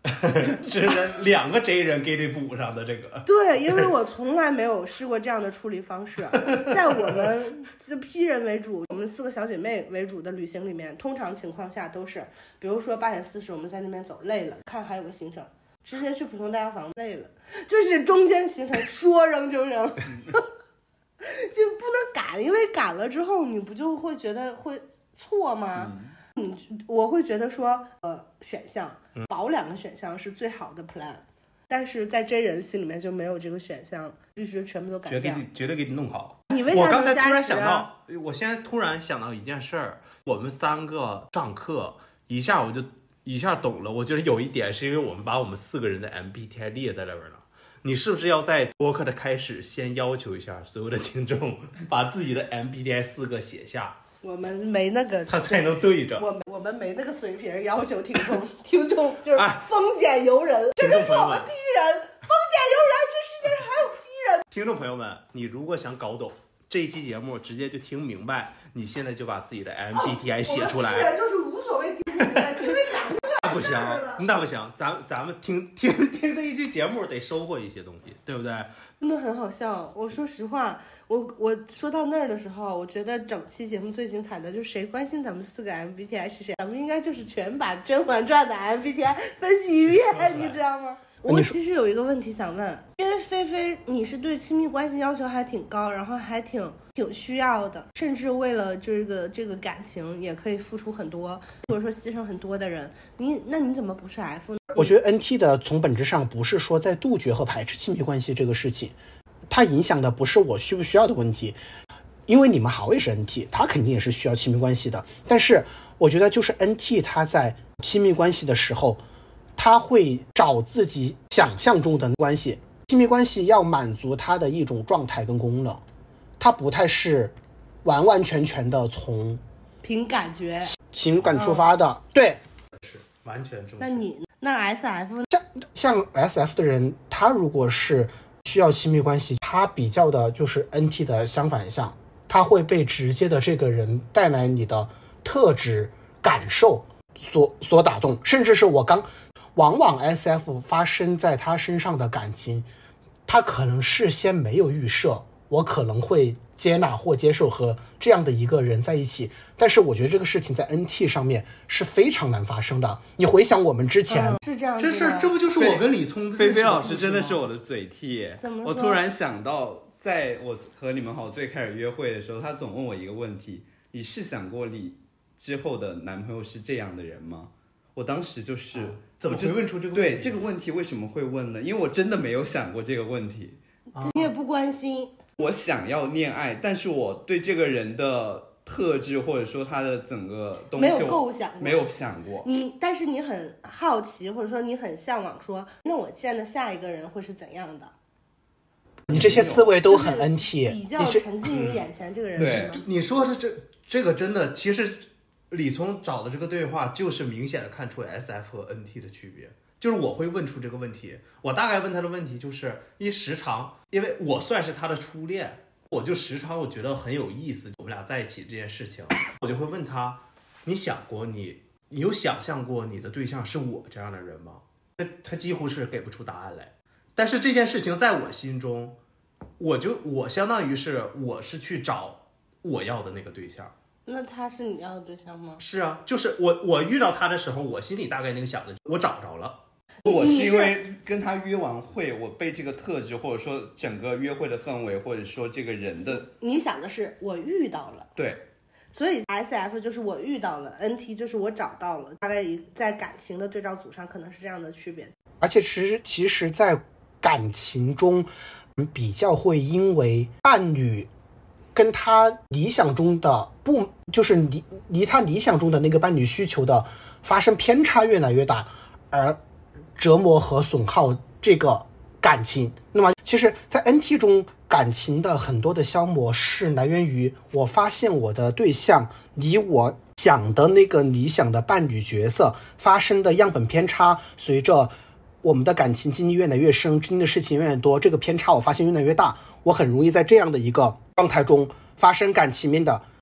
Speaker 1: 是2个 J 人给你补上的这个。
Speaker 2: 对，因为我从来没有试过这样的处理方式。在我们这 P 人为主，我们4个小姐妹为主的旅行里面，通常情况下都是，比如说8点40我们在那边走累了，看还有个行程，直接去普通大药房累了，就是中间行程说扔就扔。就不能赶，因为赶了之后你不就会觉得会错吗？我会觉得说选项保2个选项是最好的 plan， 但是在真人心里面就没有这个选项，必须全部都改掉，
Speaker 1: 绝对给你弄好。
Speaker 2: 你为啥
Speaker 1: 我刚才突然
Speaker 2: 想
Speaker 1: 到，我现在突然想到一件事儿，我们3个上课一下懂了。我觉得有一点是因为我们把我们4个人的 MBTI 列在那边了。你是不是要在播客的开始先要求一下所有的听众把自己的 MBTI 4个写下？
Speaker 2: 我们没那个，
Speaker 1: 他才能对着。
Speaker 2: 我们没那个水平要求听众就是丰俭由人，这就是我们 P 人，丰俭由人，这世界上还有 P 人。
Speaker 1: 听众朋友们，你如果想搞懂这一期节目，直接就听明白，你现在就把自己的 MBTI 写出来。
Speaker 2: P 人就是无所谓听不明白，听个响。
Speaker 1: 那不行，咱们听这一期节目得收获一些东西，对不对？
Speaker 2: 真的很好笑。我说实话，我说到那儿的时候，我觉得整期节目最精彩的就是谁关心咱们4个 MBTI 是谁，咱们应该就是全把《甄嬛传》的 MBTI 分析一遍，你知道吗？我其实有一个问题想问，因为菲菲你是对亲密关系要求还挺高，然后还挺需要的，甚至为了这个感情也可以付出很多，或者说牺牲很多的人，那你怎么不是 F 呢？
Speaker 3: 我觉得 NT 的从本质上不是说在杜绝和排斥亲密关系这个事情，它影响的不是我需不需要的问题，因为你们好也是 NT， 他肯定也是需要亲密关系的，但是我觉得就是 NT 他在亲密关系的时候，他会找自己想象中的关系，亲密关系要满足他的一种状态跟功能，他不太是完完全全的从
Speaker 2: 凭感觉
Speaker 3: 情感出发的，对，
Speaker 1: 是完全正确。
Speaker 2: 那 SF
Speaker 3: 像 SF 的人，他如果是需要亲密关系，他比较的就是 NT 的相反项，他会被直接的这个人带来你的特质感受所打动，甚至是往往 SF 发生在他身上的感情，他可能事先没有预设，我可能会接纳或接受和这样的一个人在一起，但是我觉得这个事情在 NT 上面是非常难发生的。你回想我们之前，
Speaker 2: 是这样子的，
Speaker 1: 这不就是我跟李聪
Speaker 5: 菲菲老师真的是我的嘴替。
Speaker 2: 怎么说？
Speaker 5: 我突然想到，在我和你们好最开始约会的时候，他总问我一个问题：你是想过你之后的男朋友是这样的人吗？我当时就是
Speaker 1: 怎么会问出这个问题？
Speaker 5: 对，这个问题为什么会问呢？因为我真的没有想过这个问题。
Speaker 2: 你也不关心。
Speaker 5: 我想要恋爱，但是我对这个人的特质或者说他的整个东西
Speaker 2: 没有构想过，
Speaker 5: 没有想过。
Speaker 2: 但是你很好奇，或者说你很向往说，那我见的下一个人会是怎样的？
Speaker 3: 你这些思维都很 NT，
Speaker 2: 比较沉浸于眼前这个人是吗？
Speaker 1: 你说的这个真的，其实李聪找的这个对话就是明显的看出 SF 和 NT 的区别。就是我会问出这个问题，我大概问他的问题就是时常，因为我算是他的初恋，我就时常我觉得很有意思，我们俩在一起这件事情，我就会问他，你想过你有想象过你的对象是我这样的人吗？他几乎是给不出答案来。但是这件事情在我心中，我相当于是我是去找我要的那个对象。
Speaker 2: 那他是你要的对象吗？
Speaker 1: 是啊，就是我遇到他的时候，我心里大概那个想的，我找着了。
Speaker 5: 我是因为跟他约完会，我被这个特质或者说整个约会的氛围，或者说这个人的，
Speaker 2: 你想的是我遇到了，
Speaker 5: 对，
Speaker 2: 所以 SF 就是我遇到了， NT 就是我找到了，大概在感情的对照组上可能是这样的区别。
Speaker 3: 而且其实在感情中比较会因为伴侣跟他理想中的就是离他理想中的那个伴侣需求的发生偏差越来越大，而折磨和损耗这个感情。那么其实在 NT 中，感情的很多的消磨是来源于我发现我的对象离我想的那个理想的伴侣角色发生的样本偏差，随着我们的感情经历越来越深，经历的事情越来越多，这个偏差我发现越来越大，我很容易在这样的一个状态中发生感情面的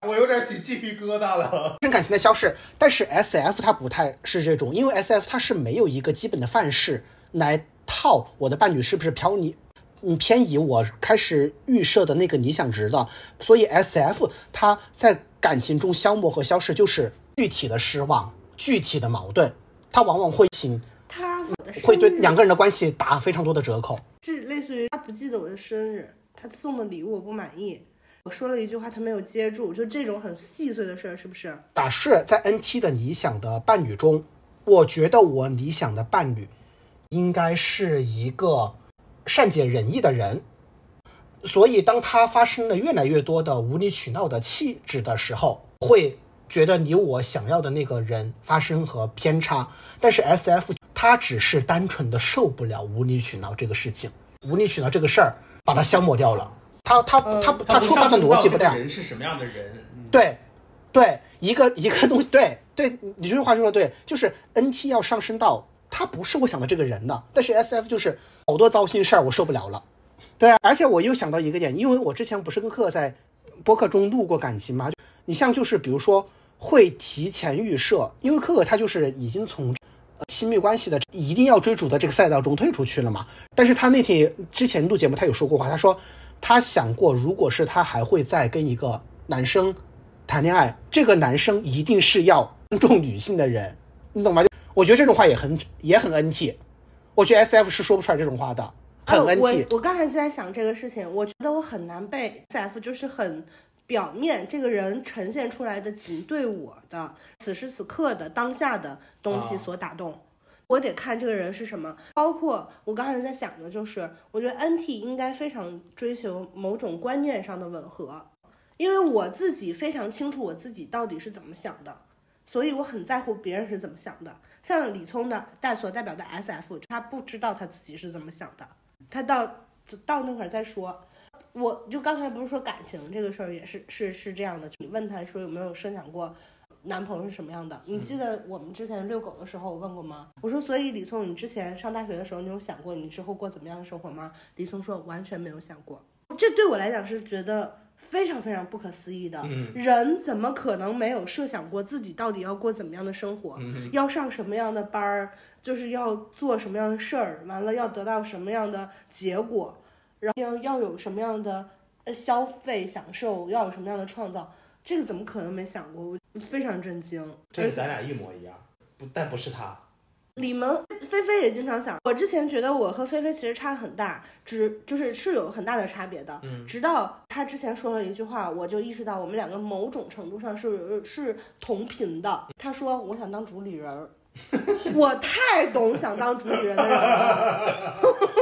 Speaker 1: 我有点起鸡皮疙瘩了。
Speaker 3: 感情的消逝，但是 SF 它不太是这种，因为 SF 它是没有一个基本的范式来套我的伴侣是不是偏移我开始预设的那个理想值的，所以 SF 它在感情中消磨和消逝就是具体的失望、具体的矛盾，它往往会会对两个人的关系打非常多的折扣。
Speaker 2: 是类似于他不记得我的生日，他送的礼物我不满意，我说了一句话他没有接住，就这种很细碎的事儿，是不是？
Speaker 3: 假设在 NT 的理想的伴侣中，我觉得我理想的伴侣应该是一个善解人意的人，所以当他发生了越来越多的无理取闹的气质的时候，会觉得离我想要的那个人发生和偏差。但是 SF 他只是单纯的受不了无理取闹这个事情，无理取闹这个事儿把它消磨掉了。他出发的逻辑不对。
Speaker 1: 人是什么样的人？
Speaker 3: 对，一个东西，对，你这句话说的对，就是 NT 要上升到他不是我想的这个人的，但是 SF 就是好多糟心事儿我受不了了。对啊，而且我又想到一个点，因为我之前不是跟克在播客中录过感情嘛，你像就是比如说会提前预设，因为克他就是已经从亲密关系的一定要追逐的这个赛道中退出去了嘛，但是他那天之前录节目他有说过话，他说他想过如果是他还会再跟一个男生谈恋爱，这个男生一定是要尊重女性的人，你懂吗？我觉得这种话也很 NT， 我觉得 SF 是说不出来这种话的，很 NT。
Speaker 2: 我刚才就在想这个事情，我觉得我很难被 SF 就是很表面这个人呈现出来的仅对我的此时此刻的当下的东西所打动。我得看这个人是什么，包括我刚才在想的就是，我觉得 NT 应该非常追求某种观念上的吻合，因为我自己非常清楚我自己到底是怎么想的，所以我很在乎别人是怎么想的。像李聪的所代表的 SF， 他不知道他自己是怎么想的，他到那会儿再说。我就刚才不是说感情这个事儿也是这样的，你问他说有没有设想过男朋友是什么样的？你记得我们之前遛狗的时候我问过吗？我说所以李聪，你之前上大学的时候你有想过你之后过怎么样的生活吗？李聪说完全没有想过。这对我来讲是觉得非常非常不可思议的，人怎么可能没有设想过自己到底要过怎么样的生活，要上什么样的班儿，就是要做什么样的事儿，完了要得到什么样的结果，然后要有什么样的消费享受，要有什么样的创造，这个怎么可能没想过？我非常震惊。
Speaker 1: 这个咱俩一模一样，但不是他。
Speaker 2: 李萌菲菲也经常想，我之前觉得我和菲菲其实差很大，是有很大的差别的。直到他之前说了一句话，我就意识到我们两个某种程度上是同频的。他说我想当主理人，我太懂想当主理人的人了。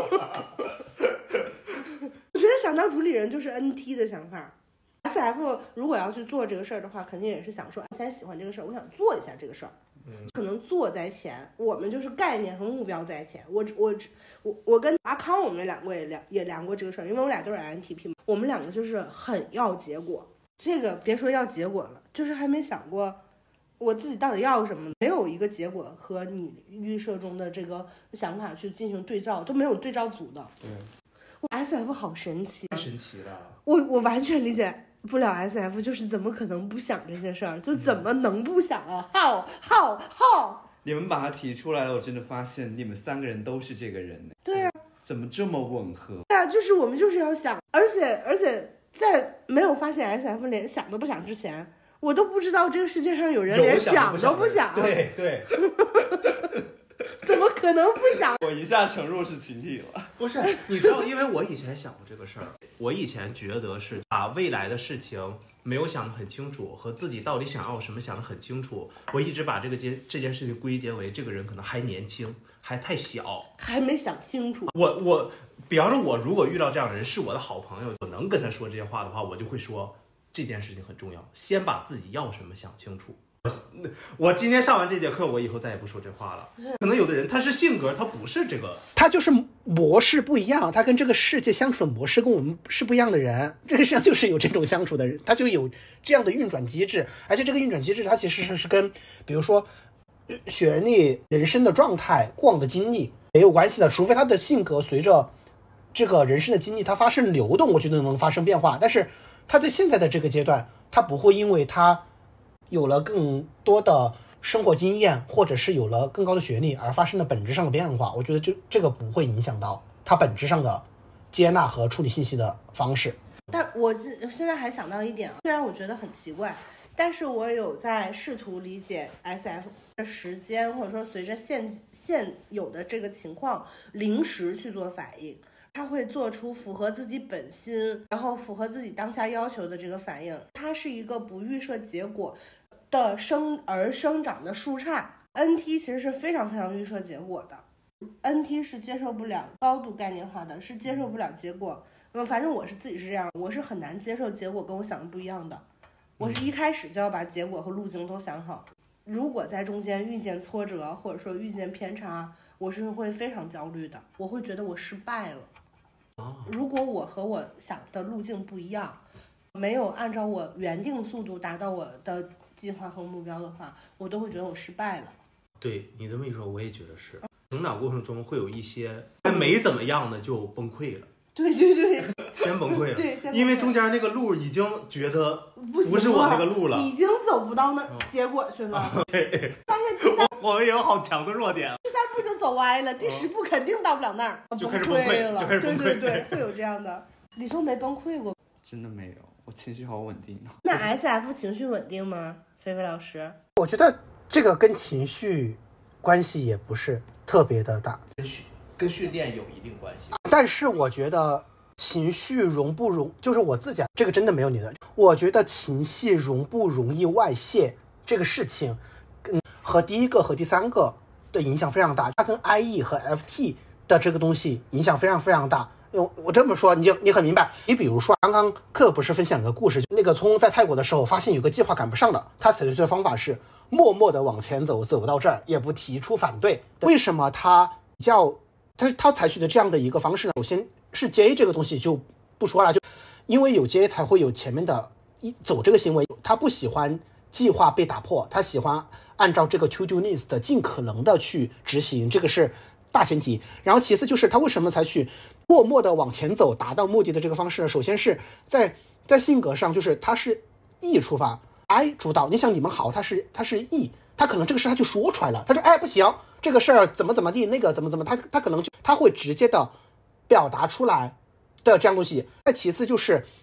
Speaker 2: 我觉得想当主理人就是 NT 的想法。SF 如果要去做这个事儿的话，肯定也是想说，我现在喜欢这个事儿，我想做一下这个事儿。可能做在前，我们就是概念和目标在前。我跟阿康我们两个也聊过这个事儿，因为我俩都是 INTP 嘛，我们两个就是很要结果。这个别说要结果了，就是还没想过我自己到底要什么，没有一个结果和你预设中的这个想法去进行对照，都没有对照组的。
Speaker 1: 对，
Speaker 2: 我 SF 好神奇，
Speaker 1: 太神奇了。
Speaker 2: 我完全理解不了 SF， 就是怎么可能不想这些事儿，就怎么能不想啊 how
Speaker 5: 你们把它提出来了，我真的发现你们三个人都是这个人。
Speaker 2: 对啊，
Speaker 5: 怎么这么吻合？
Speaker 2: 对啊，就是我们就是要想，而且在没有发现 SF 连想都不想之前，我都不知道这个世界上有人连想都不想。
Speaker 1: 对
Speaker 2: 怎么可能不想？
Speaker 5: 我一下沉入是群体了。
Speaker 1: 不是，你知道，因为我以前想过这个事儿，我以前觉得是把未来的事情没有想得很清楚，和自己到底想要什么想得很清楚。我一直把这件事情归结为这个人可能还年轻，还太小，
Speaker 2: 还没想清楚。
Speaker 1: 我比方说，我如果遇到这样的人是我的好朋友，我能跟他说这些话的话，我就会说这件事情很重要，先把自己要什么想清楚。我今天上完这节课，我以后再也不说这话了。可能有的人他是性格，他不是这个，
Speaker 3: 他就是模式不一样，他跟这个世界相处的模式跟我们是不一样的人。这个世界上就是有这种相处的人，他就有这样的运转机制，而且这个运转机制它其实是跟比如说学历、人生的状态、过往的经历也有关系的，除非他的性格随着这个人生的经历它发生流动，我觉得能发生变化。但是他在现在的这个阶段， 他不会因为他有了更多的生活经验，或者是有了更高的学历而发生了本质上的变化。我觉得这个不会影响到他本质上的接纳和处理信息的方式。
Speaker 2: 但我现在还想到一点，虽然我觉得很奇怪，但是我有在试图理解 SF 的时间，或者说随着现有的这个情况临时去做反应，他会做出符合自己本心，然后符合自己当下要求的这个反应。它是一个不预设结果的生长的树杈。 NT 其实是非常非常预设结果的， NT 是接受不了高度概念化的，是接受不了结果。反正我是自己是这样，我是很难接受结果跟我想的不一样的。我是一开始就要把结果和路径都想好，如果在中间遇见挫折或者说遇见偏差，我是会非常焦虑的，我会觉得我失败了。如果我和我想的路径不一样，没有按照我原定速度达到我的计划和目标的话，我都会觉得我失败了。
Speaker 1: 对，你这么一说我也觉得是，成长过程中会有一些还没怎么样的就崩溃了。
Speaker 2: 对对对，
Speaker 1: 先崩溃了，
Speaker 2: 对，先崩溃，
Speaker 1: 因为中间那个路已经觉得不是我那个路了，
Speaker 2: 已经走不到那结果去了。
Speaker 1: 对，
Speaker 2: 发现第三
Speaker 1: 我们也有好强的弱点，
Speaker 2: 第3步就走歪了，第10步肯定到不了那儿，
Speaker 1: 就开始崩溃
Speaker 2: 了，
Speaker 1: 就开始崩溃。
Speaker 2: 对对对，会有这样的。李松没崩溃过，
Speaker 5: 真的没有，我情绪好稳定。
Speaker 2: 那 SF 情绪稳定吗？菲菲老师，
Speaker 3: 我觉得这个跟情绪关系也不是特别的大，
Speaker 1: 跟训练有一定关系。
Speaker 3: 但是我觉得情绪容不容，就是我自己这个真的没有你的。我觉得情绪容不容易外泄这个事情，和第一个和第3个的影响非常大。它跟 IE 和 FT 的这个东西影响非常非常大。我这么说你很明白。你比如说刚刚克不是分享个故事，那个聪在泰国的时候发现有个计划赶不上了，他采取的方法是默默的往前走，走到这儿也不提出反对。为什么他采取的这样的一个方式呢？首先是 J 这个东西就不说了，就因为有 J 才会有前面的走这个行为。他不喜欢计划被打破，他喜欢按照这个 to do list 尽可能的去执行，这个是大前提。然后其次就是他为什么采取默默的往前走达到目的的这个方式呢？首先是在性格上，就是他是 E 出发 I 主导。你想你们好，他是 E， 他可能这个事他就说出来了，他说哎不行，这个事儿怎么地，那个怎么，他可能他会直接的表达出来的这样东西。再其次就是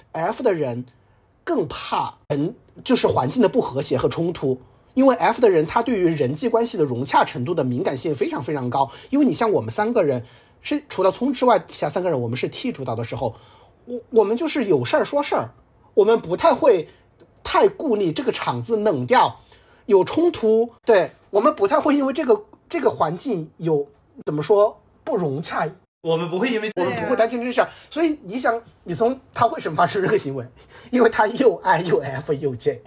Speaker 3: F 的人更怕就是环境的不和谐和冲突，因为 F 的人他对于人际关系的融洽程度的敏感性非常非常高。因为你像我们3个人是除了聪之外，其他3个人我们是 T 主导的时候，我们就是有事儿说事儿，我们不太会太顾虑这个场子冷掉有冲突，对，我们不太会因为这个环境有怎么说不融洽，
Speaker 1: 我们不会因为
Speaker 3: 我们不会担心这事儿。所以你想你从他为什么发生这个行为，因为他又 I 又 F 又 J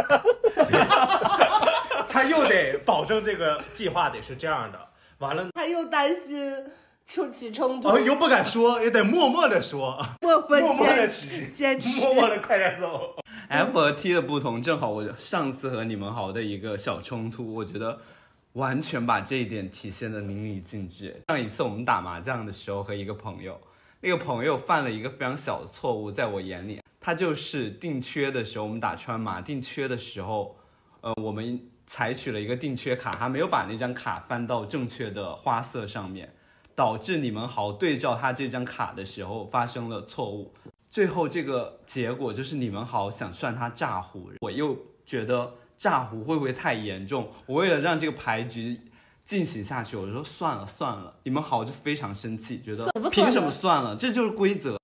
Speaker 1: 他又得保证这个计划得是这样的，完了
Speaker 2: 他又担心起冲突，
Speaker 1: 又不敢说，也得默默的说，
Speaker 2: 默
Speaker 1: 默的
Speaker 2: 坚持，
Speaker 1: 默默的快点走。
Speaker 5: F 和 T 的不同，正好我上次和你们好的一个小冲突，我觉得完全把这一点体现的淋漓尽致。上一次我们打麻将的时候，和一个朋友，那个朋友犯了一个非常小的错误，在我眼里，他就是定缺的时候，我们打川麻定缺的时候，我们采取了一个定缺卡，他没有把那张卡翻到正确的花色上面，导致你们好对照他这张卡的时候发生了错误。最后这个结果就是你们好想算他诈胡，我又觉得诈胡会不会太严重？我为了让这个牌局进行下去，我就说算了，你们好就非常生气，觉得凭什么算了？这就是规则。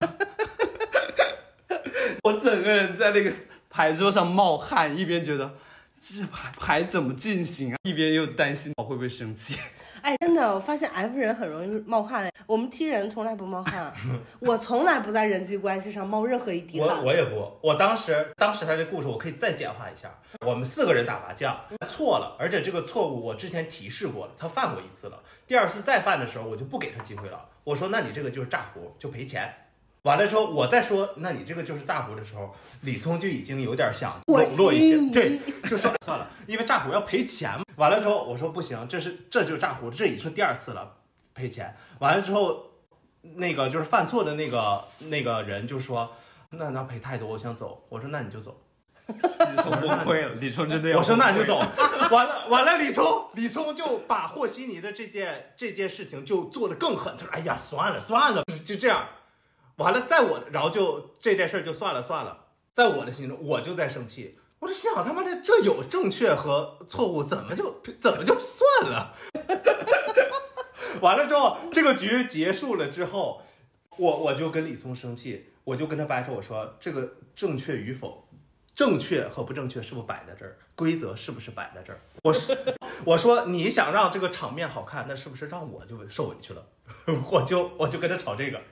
Speaker 5: 我整个人在那个牌桌上冒汗，一边觉得这牌怎么进行啊，一边又担心我会不会生气。
Speaker 2: 哎，真的，我发现 F 人很容易冒汗，我们 T 人从来不冒汗，我从来不在人际关系上冒任何一滴汗。
Speaker 1: 我也不，我当时他这故事我可以再简化一下，我们4个人打麻将错了，而且这个错误我之前提示过了，他犯过一次了，第2次再犯的时候我就不给他机会了，我说那你这个就是诈胡，就赔钱。完了之后我再说那你这个就是诈胡的时候，李聪就已经有点想笼络一些，对，就说算了，因为诈胡要赔钱。完了之后我说不行，这就是诈胡，这已经是第2次了，赔钱。完了之后那个就是犯错的那个人就说那赔太多，我想走。我说那你就走。
Speaker 5: 李聪崩溃了，李聪真的要。
Speaker 1: 我说那你就走。完了，李聪就把和稀泥的这件事情就做得更狠。他说：“哎呀，算了，就这样。”完了，然后就这件事就算了。在我的心中，我就在生气。我就想他妈的，这有正确和错误，怎么就算了？完了之后，这个局结束了之后，我就跟李聪生气，我就跟他掰扯，我说这个正确与否，正确和不正确是不是摆在这儿，规则是不是摆在这儿？我说你想让这个场面好看，那是不是让我就受委屈了？我就跟他吵这个。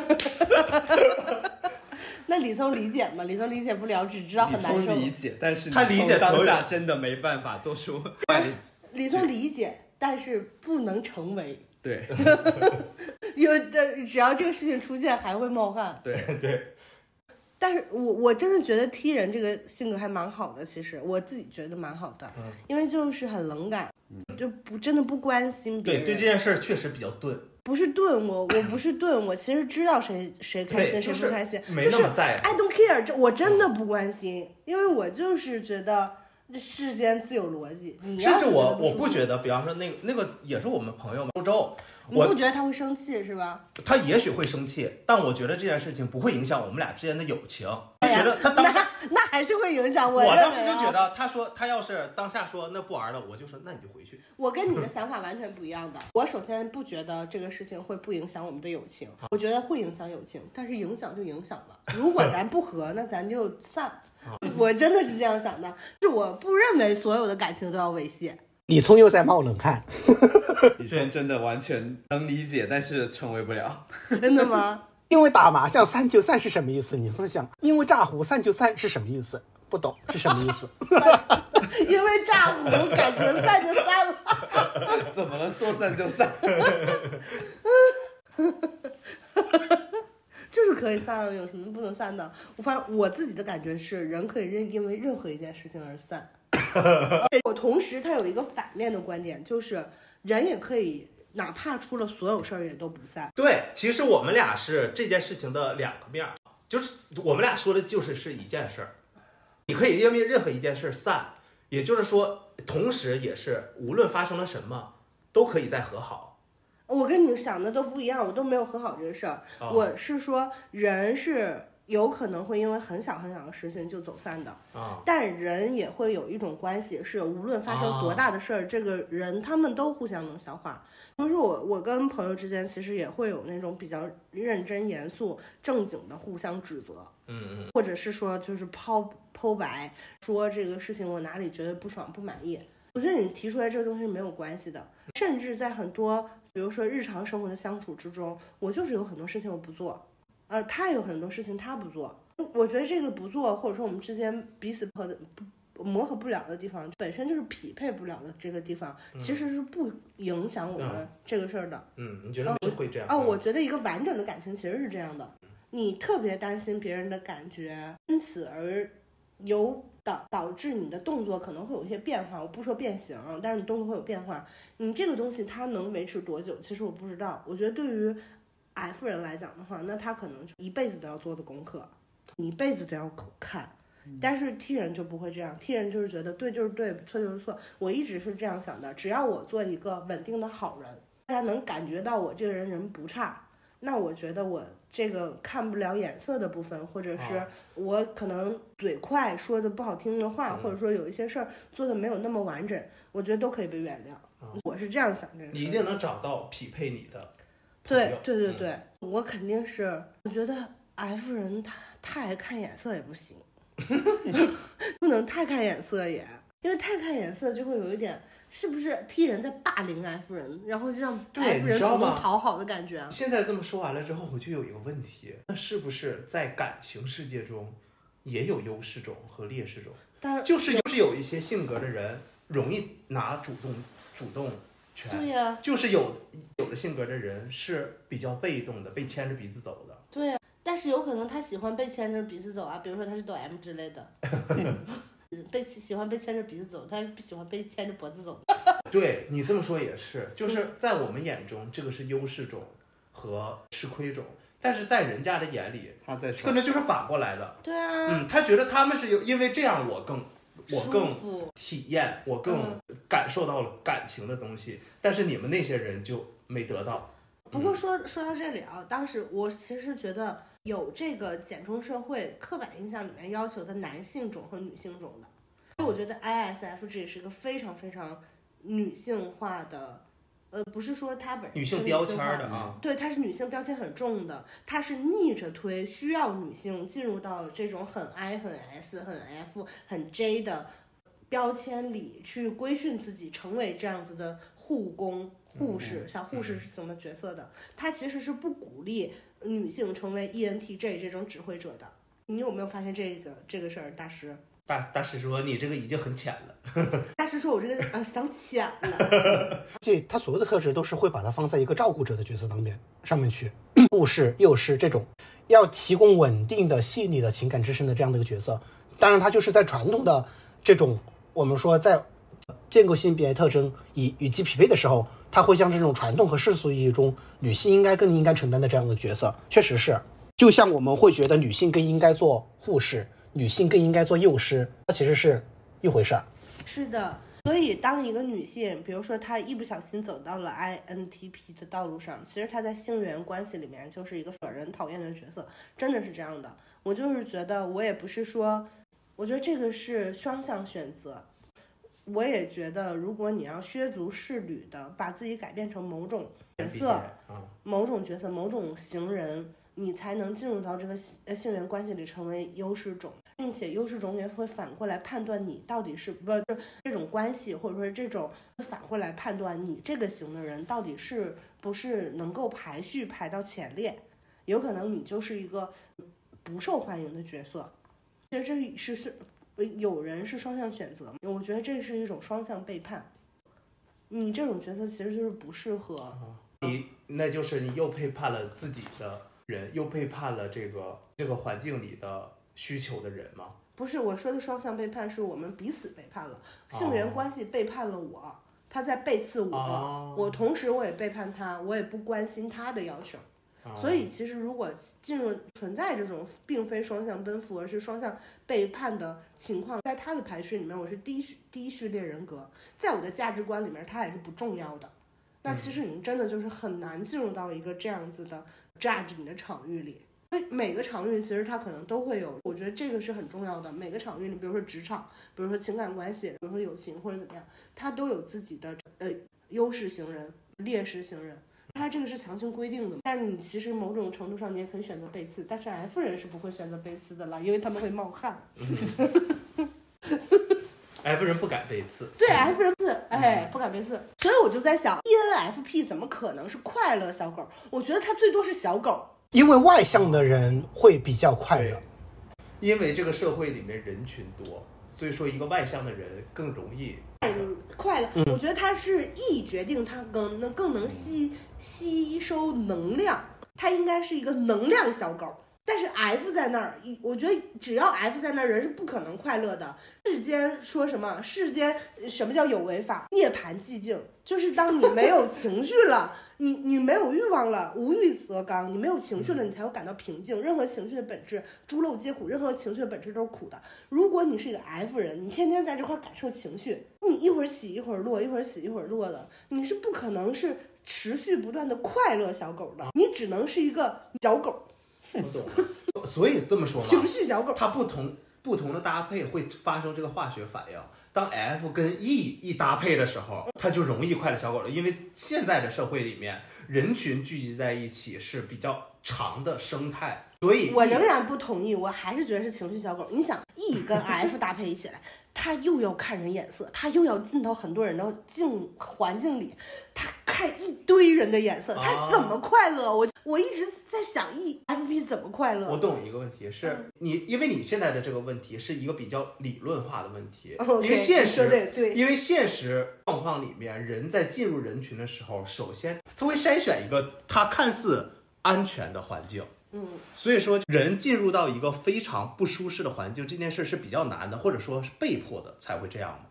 Speaker 2: 那李聪理解吗？李聪理解不了，只知道很难受。
Speaker 5: 李聪理解，但是
Speaker 1: 他理解
Speaker 5: 当下真的没办法做出。
Speaker 2: 李聪理解，但是不能成为。
Speaker 5: 对，
Speaker 2: 只要这个事情出现，还会冒汗。
Speaker 5: 对。
Speaker 2: 但是我真的觉得 T 人这个性格还蛮好的，其实我自己觉得蛮好的，因为就是很冷感，就真的不关心别人。
Speaker 1: 对这件事确实比较钝。
Speaker 2: 不是钝，我不是钝，我其实知道谁开心谁不开心，
Speaker 1: 没那么在乎。
Speaker 2: I don't care， 我真的不关心，因为我就是觉得世间自有逻辑。
Speaker 1: 甚至我不觉得，比方说那个也是我们朋友嘛，周周，
Speaker 2: 你不觉得他会生气是吧？
Speaker 1: 他也许会生气，但我觉得这件事情不会影响我们俩之间的友情。就觉得他当下
Speaker 2: 那还是会影响
Speaker 1: 我当时就觉得，他要是当下说那不玩了，我就说那你就回去。
Speaker 2: 我跟你的想法完全不一样的。我首先不觉得这个事情会不影响我们的友情，我觉得会影响友情，但是影响就影响了。如果咱不和，那咱就散。我真的是这样想的，是我不认为所有的感情都要维系。
Speaker 3: 李聪又在冒冷汗。
Speaker 5: 李聪真的完全能理解，但是成为不了。
Speaker 2: 真的吗？
Speaker 3: 因为打麻将散就散是什么意思？你这么想，因为炸胡散就散是什么意思？不懂是什么意思？
Speaker 2: 因为炸胡感情散就散了。
Speaker 5: 怎么了？说散就散。
Speaker 2: 就是可以散，有什么不能散的？反正我自己的感觉是，人可以因为任何一件事情而散。我同时他有一个反面的观点，就是人也可以哪怕出了所有事儿也都不散。
Speaker 1: 对，其实我们俩是这件事情的两个面，就是我们俩说的是一件事儿，你可以因为任何一件事散，也就是说，同时也是无论发生了什么，都可以再和好。
Speaker 2: 我跟你想的都不一样，我都没有和好这个事儿。我是说，人是有可能会因为很小很小的事情就走散的，但人也会有一种关系，是无论发生多大的事儿，这个人他们都互相能消化。比如说我跟朋友之间其实也会有那种比较认真严肃正经的互相指责，或者是说就是剖白，说这个事情我哪里觉得不爽不满意。我觉得你提出来这个东西是没有关系的，甚至在很多比如说日常生活的相处之中，我就是有很多事情我不做，他有很多事情他不做。我觉得这个不做，或者说我们之间彼此磨合不了的地方，本身就是匹配不了的这个地方，其实是不影响我们这个事儿的。
Speaker 1: 你觉得是会这样？
Speaker 2: 我觉得一个完整的感情其实是这样的，你特别担心别人的感觉，因此而导致你的动作可能会有一些变化，我不说变形，但是你动作会有变化。你这个东西它能维持多久，其实我不知道。我觉得对于 F 人来讲的话，那他可能就一辈子都要做的功课，你一辈子都要看。但是 T 人就不会这样， T 人就是觉得对就是对，错就是错。我一直是这样想的，只要我做一个稳定的好人，大家能感觉到我这个人不差，那我觉得我这个看不了眼色的部分，或者是我可能嘴快说的不好听的话，或者说有一些事儿做的没有那么完整，我觉得都可以被原谅。我是这样想这个。
Speaker 1: 你一定能找到匹配你的。
Speaker 2: 对，我肯定是，我觉得 F 人他太爱看眼色也不行，不能太看眼色也。因为太看眼色就会有一点，是不是 T 人在霸凌 F 人，然后让 F 人主动讨好的感觉啊？
Speaker 1: 现在这么说完了之后，我就有一个问题，那是不是在感情世界中也有优势种和劣势种？
Speaker 2: 但是
Speaker 1: 就是有一些性格的人容易拿主动权，
Speaker 2: 对呀，
Speaker 1: 就是有的性格的人是比较被动的，被牵着鼻子走的。
Speaker 2: 对呀，但是有可能他喜欢被牵着鼻子走啊，比如说他是抖 M 之类的。喜欢被牵着鼻子走，他不喜欢被牵着脖子走。
Speaker 1: 对，你这么说也是，就是在我们眼中，这个是优势种， 和吃亏种，但是在人家的眼里，
Speaker 5: 他在
Speaker 1: 可能就是反过来的。
Speaker 2: 对啊，
Speaker 1: 他觉得他们是因为这样我更
Speaker 2: 舒服
Speaker 1: 体验，我更感受到了感情的东西，但是你们那些人就没得到。
Speaker 2: 不过说到这里啊，当时我其实觉得有这个简中社会刻板印象里面要求的男性种和女性种的，所以我觉得 ISFJ 也是一个非常非常女性化的。不是说它本身
Speaker 1: 女性标签的啊，
Speaker 2: 对，它是女性标签很重的，它是逆着推，需要女性进入到这种很 I、很 S、很 F、很 J 的标签里去规训自己，成为这样子的护工、护士、小护士型的角色的。它其实是不鼓励女性成为 ENTJ 这种指挥者的。你有没有发现这个事儿，大师？
Speaker 1: 大师说你这个已经很浅了。
Speaker 2: 大师说我这个想浅了。
Speaker 3: 这他所有的特质都是会把它放在一个照顾者的角色上面去，护士、幼师这种要提供稳定的、细腻的情感支撑的这样的一个角色。当然，他就是在传统的这种我们说在建构性别特征与其匹配的时候，他会像这种传统和世俗意义中女性更应该承担的这样的角色，确实是，就像我们会觉得女性更应该做护士，女性更应该做幼师，它其实是一回事儿。
Speaker 2: 是的，所以当一个女性，比如说她一不小心走到了 INTP 的道路上，其实她在性缘关系里面就是一个惹人讨厌的角色，真的是这样的。我就是觉得，我也不是说，我觉得这个是双向选择。我也觉得，如果你要削足适履的把自己改变成某种角色、某种角色、某种型人，你才能进入到这个性缘关系里成为优势种，并且优势种也会反过来判断你到底是不这种关系，或者说这种反过来判断你这个型的人到底是不是能够排序排到前列，有可能你就是一个不受欢迎的角色。其实这是有人是双向选择，我觉得这是一种双向背叛。你这种角色其实就是不适合
Speaker 1: 你，那就是你又背叛了自己的人，又背叛了这个环境里的需求的人吗？
Speaker 2: 不是，我说的双向背叛是我们彼此背叛了，性缘关系背叛了我，他在背刺我，我同时我也背叛他，我也不关心他的要求。所以其实如果存在这种并非双向奔赴而是双向背叛的情况，在他的排序里面我是第一序列人格，在我的价值观里面他也是不重要的。那其实你真的就是很难进入到一个这样子的 judge 你的场域里。所以每个场域其实它可能都会有，我觉得这个是很重要的。每个场域里，比如说职场，比如说情感关系，比如说友情或者怎么样，它都有自己的优势型人、劣势型人。它这个是强行规定的，但是你其实某种程度上你也可以选择背刺，但是 F 人是不会选择背刺的啦，因为他们会冒汗。
Speaker 1: F 人不敢背刺，
Speaker 2: 对 F 人不敢背刺，所以我就在想 ENFP 怎么可能是快乐小狗？我觉得它最多是小狗，
Speaker 3: 因为外向的人会比较快乐，
Speaker 1: 因为这个社会里面人群多，所以说一个外向的人更容易
Speaker 2: 快乐。我觉得它是 E 决定它更能吸收能量，它应该是一个能量小狗。但是 F 在那儿，我觉得只要 F 在那儿，人是不可能快乐的。世间说什么？世间什么叫有为法？涅槃寂静，就是当你没有情绪了，你没有欲望了，无欲则刚，你没有情绪了，你才会感到平静。任何情绪的本质，诸漏皆苦，任何情绪的本质都是苦的。如果你是一个 F 人，你天天在这块感受情绪，你一会儿起一会儿落，一会儿起一会儿落的，你是不可能是持续不断的快乐小狗的，你只能是一个小狗。
Speaker 1: 我懂了，所以这么说嘛，
Speaker 2: 情绪小狗，
Speaker 1: 它不同的搭配会发生这个化学反应。当 F 跟 E 一搭配的时候，它就容易快乐小狗了。因为现在的社会里面，人群聚集在一起是比较长的生态，所以
Speaker 2: 我仍然不同意，我还是觉得是情绪小狗。你想 E 跟 F 搭配起来，他又要看人眼色，他又要进到很多人的环境里，他看一堆人的眼色，他怎么快乐？我一直在想 EFP 怎么快乐。
Speaker 1: 我懂一个问题是因为你现在的这个问题是一个比较理论化的问题，因为现实
Speaker 2: 对，
Speaker 1: 因为现实状况里面，人在进入人群的时候，首先他会筛选一个他看似安全的环境。所以说人进入到一个非常不舒适的环境，这件事是比较难的，或者说是被迫的才会这样的。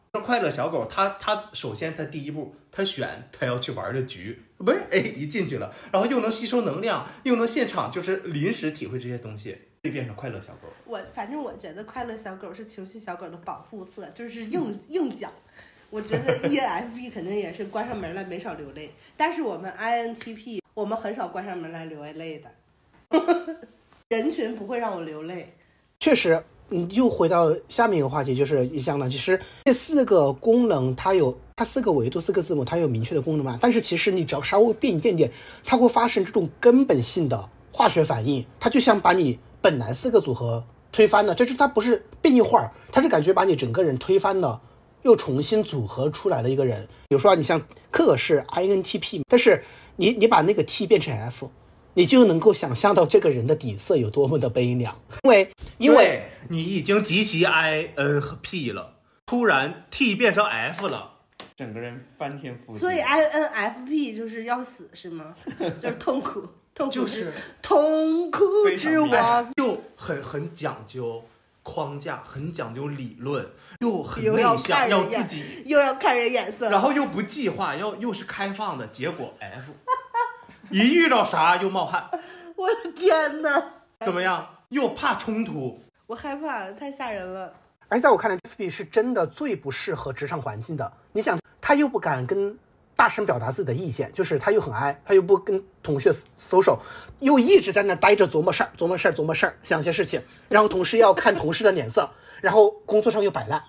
Speaker 1: 快乐小狗，他首先他第一步，他选他要去玩的局，不是一进去了，然后又能吸收能量，又能现场就是临时体会这些东西，会变成快乐小狗。
Speaker 2: 反正我觉得快乐小狗是情绪小狗的保护色，就是硬讲。我觉得 ENFP 肯定也是关上门来没少流泪，但是我们 INTP 我们很少关上门来流泪的。人群不会让我流泪。
Speaker 3: 确实，又回到下面一个话题，就是一项呢，其实这4个功能它4个维度4个字母它有明确的功能嘛，但是其实你只要稍微变一点点，它会发生这种根本性的化学反应，它就像把你本来4个组合推翻了，就是它不是变一会儿，它是感觉把你整个人推翻了，又重新组合出来的一个人。比如说你像克是 INTP， 但是你把那个 T 变成 F， 你就能够想象到这个人的底色有多么的悲凉，因为
Speaker 1: 你已经集齐 I N 和 P 了，突然 T 变成 F 了，
Speaker 5: 整个人翻天覆地。
Speaker 2: 所以 INFP 就是要死是吗？就是痛苦
Speaker 1: 就是
Speaker 2: 痛苦之王，
Speaker 1: 又很讲究框架，很讲究理论，又很内向，要自己
Speaker 2: 又要看人眼色，
Speaker 1: 然后又不计划，又是开放的，结果 F 一遇到啥又冒汗。
Speaker 2: 我的天哪！
Speaker 1: 怎么样？又怕冲突，
Speaker 2: 我害怕，太吓人了。
Speaker 3: 而在我看来 FP 是真的最不适合职场环境的。你想，他又不敢跟大声表达自己的意见，就是他又很爱，他又不跟同学 social， 又一直在那待着琢磨事儿，想些事情，然后同时要看同事的脸色，然后工作上又摆烂，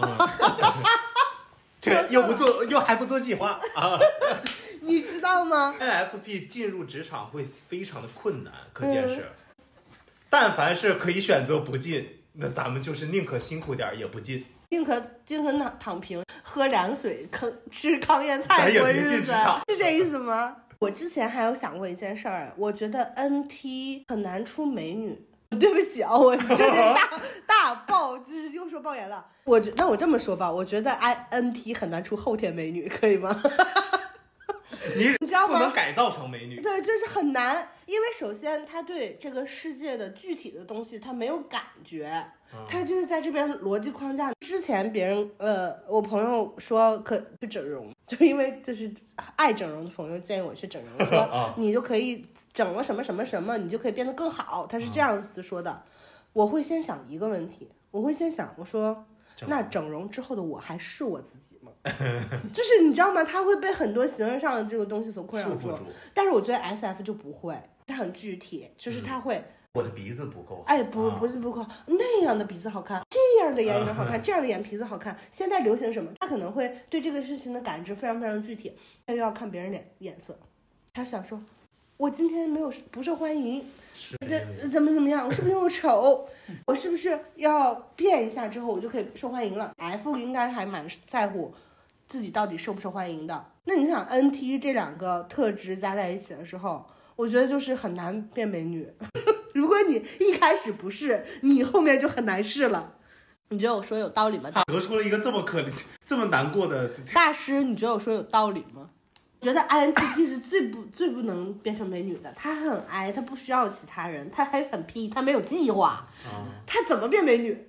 Speaker 1: 这又还不做计划啊！
Speaker 2: 你知道吗
Speaker 1: ？INFP 进入职场会非常的困难，可见是，但凡是可以选择不进，那咱们就是宁可辛苦点也不进，
Speaker 2: 宁可躺平，喝凉水，吃糠咽菜过日子，是这意思吗？我之前还有想过一件事儿，我觉得 NT 很难出美女。对不起啊，我这是大爆，就是又说爆言了。那我这么说吧，我觉得 INT 很难出后天美女，可以吗？你知道吗？
Speaker 1: 不能改造成美女。
Speaker 2: 对，就是很难，因为首先他对这个世界的具体的东西他没有感觉，他就是在这边逻辑框架。之前别人我朋友说可去整容，就是因为就是爱整容的朋友建议我去整容，说你就可以整了什么什么什么，你就可以变得更好。他是这样子说的。我会先想一个问题，我说那整容之后的我还是我自己吗？就是你知道吗？他会被很多形而上的这个东西所困扰住。但是我觉得 SF 就不会，他很具体，就是他会。
Speaker 1: 我的鼻子不够，
Speaker 2: 不是不够，那样的鼻子好看，这样的眼影好看，这样的眼皮子好看。现在流行什么？他可能会对这个事情的感知非常非常具体，他又要看别人眼色，他想说，我今天不受欢迎，这怎么样？我是不是又丑？我是不是要变一下之后我就可以受欢迎了 ？F 应该还蛮在乎自己到底受不受欢迎的。那你想 NT 这2个特质加在一起的时候，我觉得就是很难变美女。如果你一开始不是，你后面就很难试了。你觉得我说有道理吗？
Speaker 1: 得出了一个这么难过的
Speaker 2: 大师，你觉得我说有道理吗？我觉得 INTP 是最不能变成美女的，他很 I， 他不需要其他人，他还很 P， 他没有计划，他怎么变美女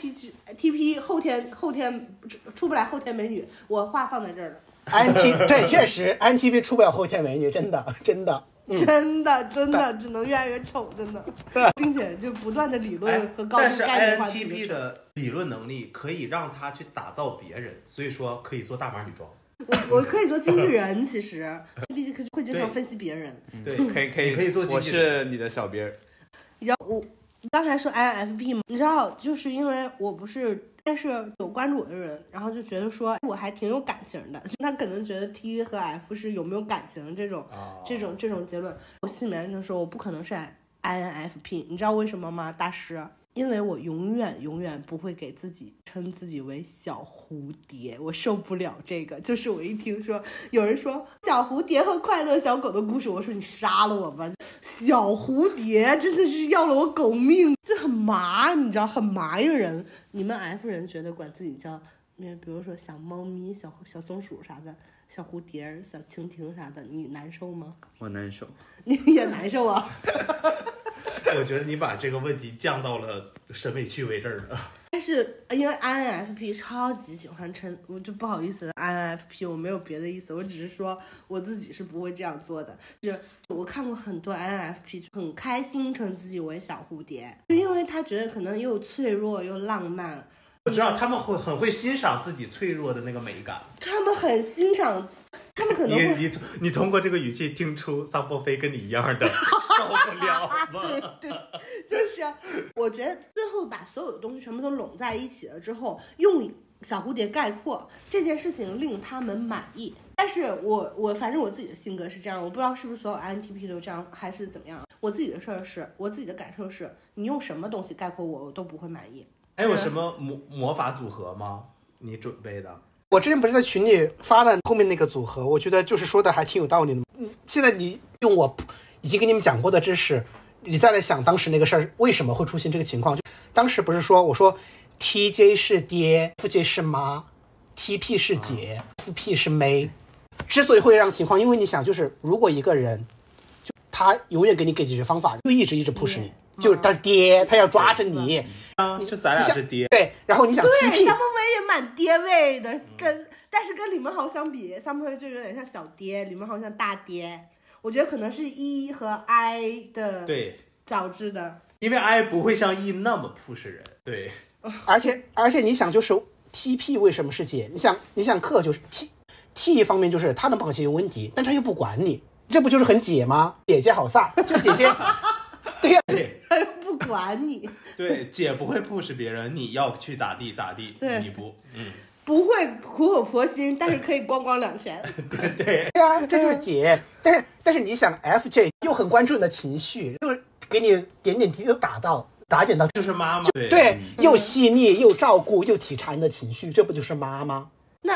Speaker 2: ？INTP 后天出不来后天美女，我话放在这儿了。
Speaker 3: 对，确实 INTP 出不了后天美女，真的。
Speaker 2: 真的只能越来越丑，真的，并且就不断的理论和高度概念化。
Speaker 1: 但是 INTP 的理论能力可以让他去打造别人，所以说可以做大码女装。
Speaker 2: 我可以做经纪人，其实毕竟会经常分析别人。
Speaker 1: 对，
Speaker 5: 可以做经纪人，我是你的小编。
Speaker 2: 你知道我刚才说 INFP 吗？你知道，就是因为我不是。但是有关注我的人，然后就觉得说我还挺有感情的，他可能觉得 T 和 F 是有没有感情这种结论。我心里面就说我不可能是 INFP， 你知道为什么吗？大师，因为我永远不会给自己称自己为小蝴蝶，我受不了这个。就是我一听说有人说小蝴蝶和快乐小狗的故事，我说你杀了我吧！小蝴蝶真的是要了我狗命，就很麻，你知道，很麻一个人。你们 F 人觉得管自己叫，比如说小猫咪、小松鼠啥的，小蝴蝶、小蜻蜓啥的，你难受吗？
Speaker 5: 我难受，
Speaker 2: 你也难受啊。
Speaker 1: 我觉得你把这个问题降到了审美趣味这儿了。
Speaker 2: 但是因为 INFP 超级喜欢称，我就不好意思 INFP， 我没有别的意思，我只是说我自己是不会这样做的。就是我看过很多 INFP 很开心称自己为小蝴蝶，就因为他觉得可能又脆弱又浪漫。
Speaker 1: 我知道他们很会欣赏自己脆弱的那个美感，
Speaker 2: 他们很欣赏，他们可能会
Speaker 1: 你通过这个语气听出桑波菲跟你一样的受不了吗？
Speaker 2: 对，就是我觉得最后把所有的东西全部都拢在一起了之后，用小蝴蝶概括这件事情令他们满意。但是我反正我自己的性格是这样，我不知道是不是所有 INTP 都这样还是怎么样。我自己的事儿是，我自己的感受是，你用什么东西概括我都不会满意。
Speaker 1: 还有什么魔法组合吗？你准备的？
Speaker 3: 我之前不是在群里发了后面那个组合，我觉得就是说的还挺有道理的。现在你用我已经跟你们讲过的知识，你再来想当时那个事儿为什么会出现这个情况。就当时不是说我说 TJ 是爹 ，FJ 是妈 ，TP 是姐 ，FP 是妹。之所以会让情况，因为你想，就是如果一个人就他永远给你解决方法，就一直 push 你。就是他爹，他要抓着你，
Speaker 1: 你说咱俩是爹，
Speaker 3: 对，然后你想 TP，
Speaker 2: 对，夏梦薇也蛮爹味的，但是跟李文豪相比，夏梦薇就有点像小爹，李文豪像大爹。我觉得可能是 E 和 I 的
Speaker 1: 对
Speaker 2: 导致的，
Speaker 1: 因为 I 不会像 E 那么 push 人，对，
Speaker 3: 而且你想，就是 TP 为什么是姐？你想克就是 T 一方面就是他能帮你解决问题，但他又不管你，这不就是很姐吗？姐姐好飒，就姐姐。对呀，
Speaker 2: 他又不管你。
Speaker 1: 对，姐不会 push 别人，你要去咋地咋地，你不，
Speaker 2: 不会苦口婆心，但是可以咣咣两拳。
Speaker 1: 对
Speaker 3: 啊，这就是姐。但是你想 FJ 又很关注你的情绪，就是给你点滴都打点到，
Speaker 1: 就是妈妈。
Speaker 3: 对，又细腻又照顾又体察你的情绪，这不就是妈吗？
Speaker 2: 那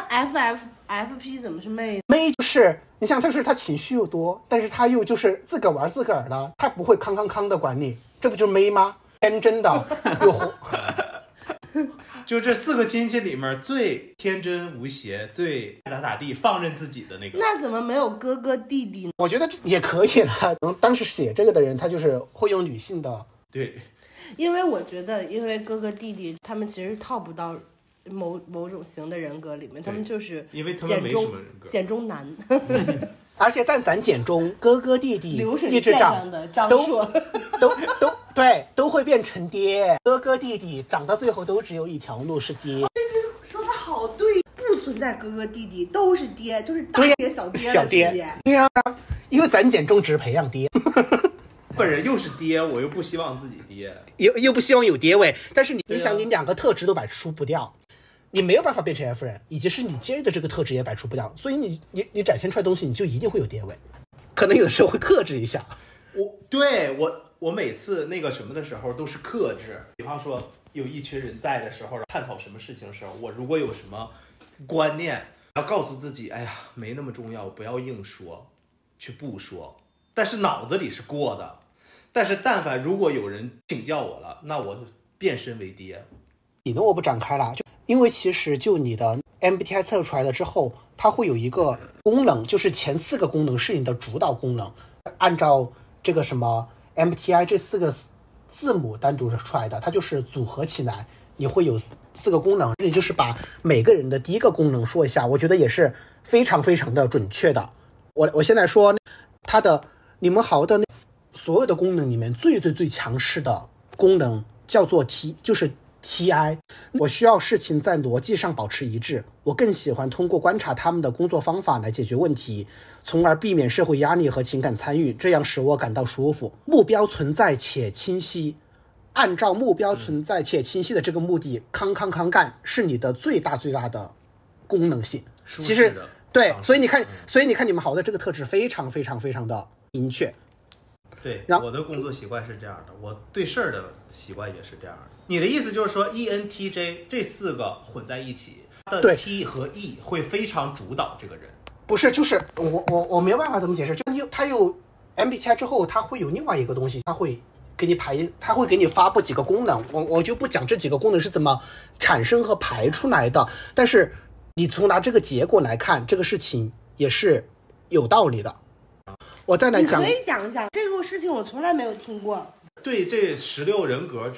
Speaker 2: FP 怎么是妹？
Speaker 3: 妹就是你想，就是他情绪又多，但是他又就是自个儿玩自个儿的，他不会康的管你，这不就是妹吗？天真的又红。
Speaker 1: 就这4个亲戚里面最天真无邪、最咋地放任自己的那个。
Speaker 2: 那怎么没有哥哥弟弟呢？
Speaker 3: 我觉得也可以了。当时写这个的人，他就是会用女性的。
Speaker 1: 对，
Speaker 2: 因为我觉得，因为哥哥弟弟他们其实套不到某种型的人格里面，他们就是
Speaker 1: 因为他们没什么人格，
Speaker 2: 简中男。
Speaker 3: 而且在咱简中，哥哥弟弟
Speaker 2: 流水
Speaker 3: 一直
Speaker 2: 上的张硕
Speaker 3: 都会变成爹，哥哥弟弟长到最后都只有一条路是爹。
Speaker 2: 说的好对，不存在哥哥弟弟，都是爹，就是大爹小爹的区别。
Speaker 3: 对呀，因为咱简中只培养爹。
Speaker 1: 本人又是爹，我又不希望自己爹，
Speaker 3: 又不希望有爹位，但是你想，你两个特质都摆出不掉。你没有办法变成 F 人，以及是你 J 的这个特质也摆出不掉，所以你展现出来的东西，你就一定会有爹味，可能有的时候会克制一下。
Speaker 1: 我每次那个什么的时候都是克制，比方说有一群人在的时候，探讨什么事情的时候，我如果有什么观念，要告诉自己，哎呀，没那么重要，不要硬说，去不说，但是脑子里是过的。但是但凡如果有人请教我了，那我就变身为爹。
Speaker 3: 你呢，我不展开了，因为其实就你的 MBTI 测出来了之后，它会有一个功能，就是前4个功能是你的主导功能，按照这个什么 MBTI 这4个字母单独出来的，它就是组合起来，你会有4个功能。这里就是把每个人的第一个功能说一下，我觉得也是非常非常的准确的。我现在说它的你们好的所有的功能里面最强势的功能叫做 T， 就是 TI， 我需要事情在逻辑上保持一致，我更喜欢通过观察他们的工作方法来解决问题，从而避免社会压力和情感参与，这样使我感到舒服。目标存在且清晰，按照目标存在且清晰的这个目的康干，是你的最大的功能性。其实对，所以你看你们好的这个特质非常的明确。
Speaker 1: 对，我的工作习惯是这样的，我对事儿的习惯也是这样的。你的意思就是说 ENTJ 这4个混在一起，它的 T 和 E 会非常主导这个人。
Speaker 3: 不是，就是我没有办法怎么解释，就它有 MBTI 之后，它会有另外一个东西，它会给你发布几个功能，我就不讲这几个功能是怎么产生和排出来的，但是你从拿这个结果来看，这个事情也是有道理的。我再来讲，
Speaker 2: 你可以讲一讲这个事情，我从来没有听过。
Speaker 1: 对这16人格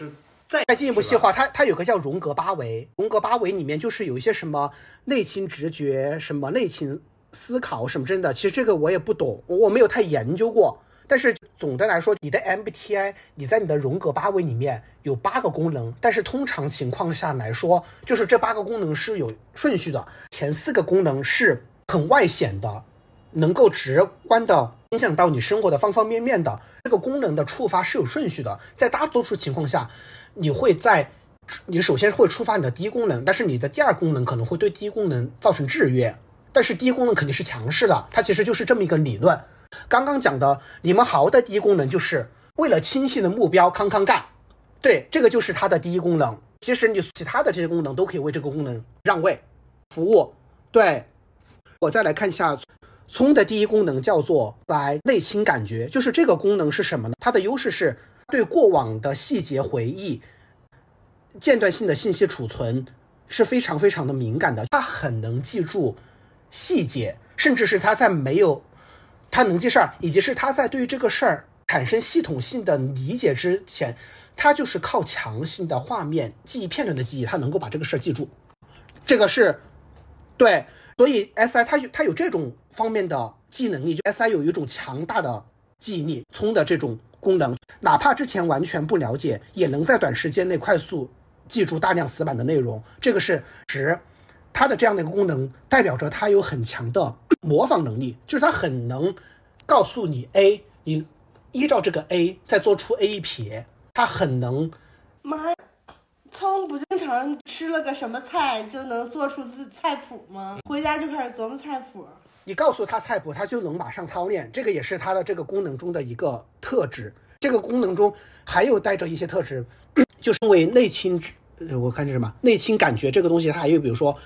Speaker 1: 再
Speaker 3: 进一步细化，它有个叫荣格八维，荣格八维里面就是有一些什么内倾直觉、什么内倾思考什么真的，其实这个我也不懂，我没有太研究过。但是总的来说，你的 MBTI 你在你的荣格八维里面有8个功能，但是通常情况下来说，就是这8个功能是有顺序的，前4个功能是很外显的，能够直观的影响到你生活的方方面面的。这个功能的触发是有顺序的，在大多数情况下，你首先会触发你的第一功能，但是你的第二功能可能会对第一功能造成制约，但是第一功能肯定是强势的，它其实就是这么一个理论。刚刚讲的你们好的第一功能就是为了清晰的目标康康干，对，这个就是它的第一功能。其实你其他的这些功能都可以为这个功能让位服务。对，我再来看一下聪的第一功能叫做来内倾感觉，就是这个功能是什么呢？它的优势是对过往的细节回忆、间断性的信息储存是非常非常的敏感的，它很能记住细节，甚至是他能记事儿，以及是他在对于这个事儿产生系统性的理解之前，他就是靠强性的画面记忆片段的记忆，他能够把这个事儿记住。这个是对，所以 SI 它有这种方面的记忆能力，就 SI 有一种强大的记忆力，聪的这种功能，哪怕之前完全不了解，也能在短时间内快速记住大量死板的内容。这个是它的这样的一个功能，代表着它有很强的模仿能力，就是它很能告诉你 A， 你依照这个 A 再做出 A 一撇，它很能。
Speaker 2: 妈呀，聪不经常吃了个什么菜就能做出菜谱吗？回家就开始琢磨菜谱。
Speaker 3: 你告诉他菜谱，他就能马上操练，这个也是它的这个功能中的一个特质。这个功能中还有带着一些特质，就是因为内倾，我看是什么内倾感觉这个东西，它还有比如说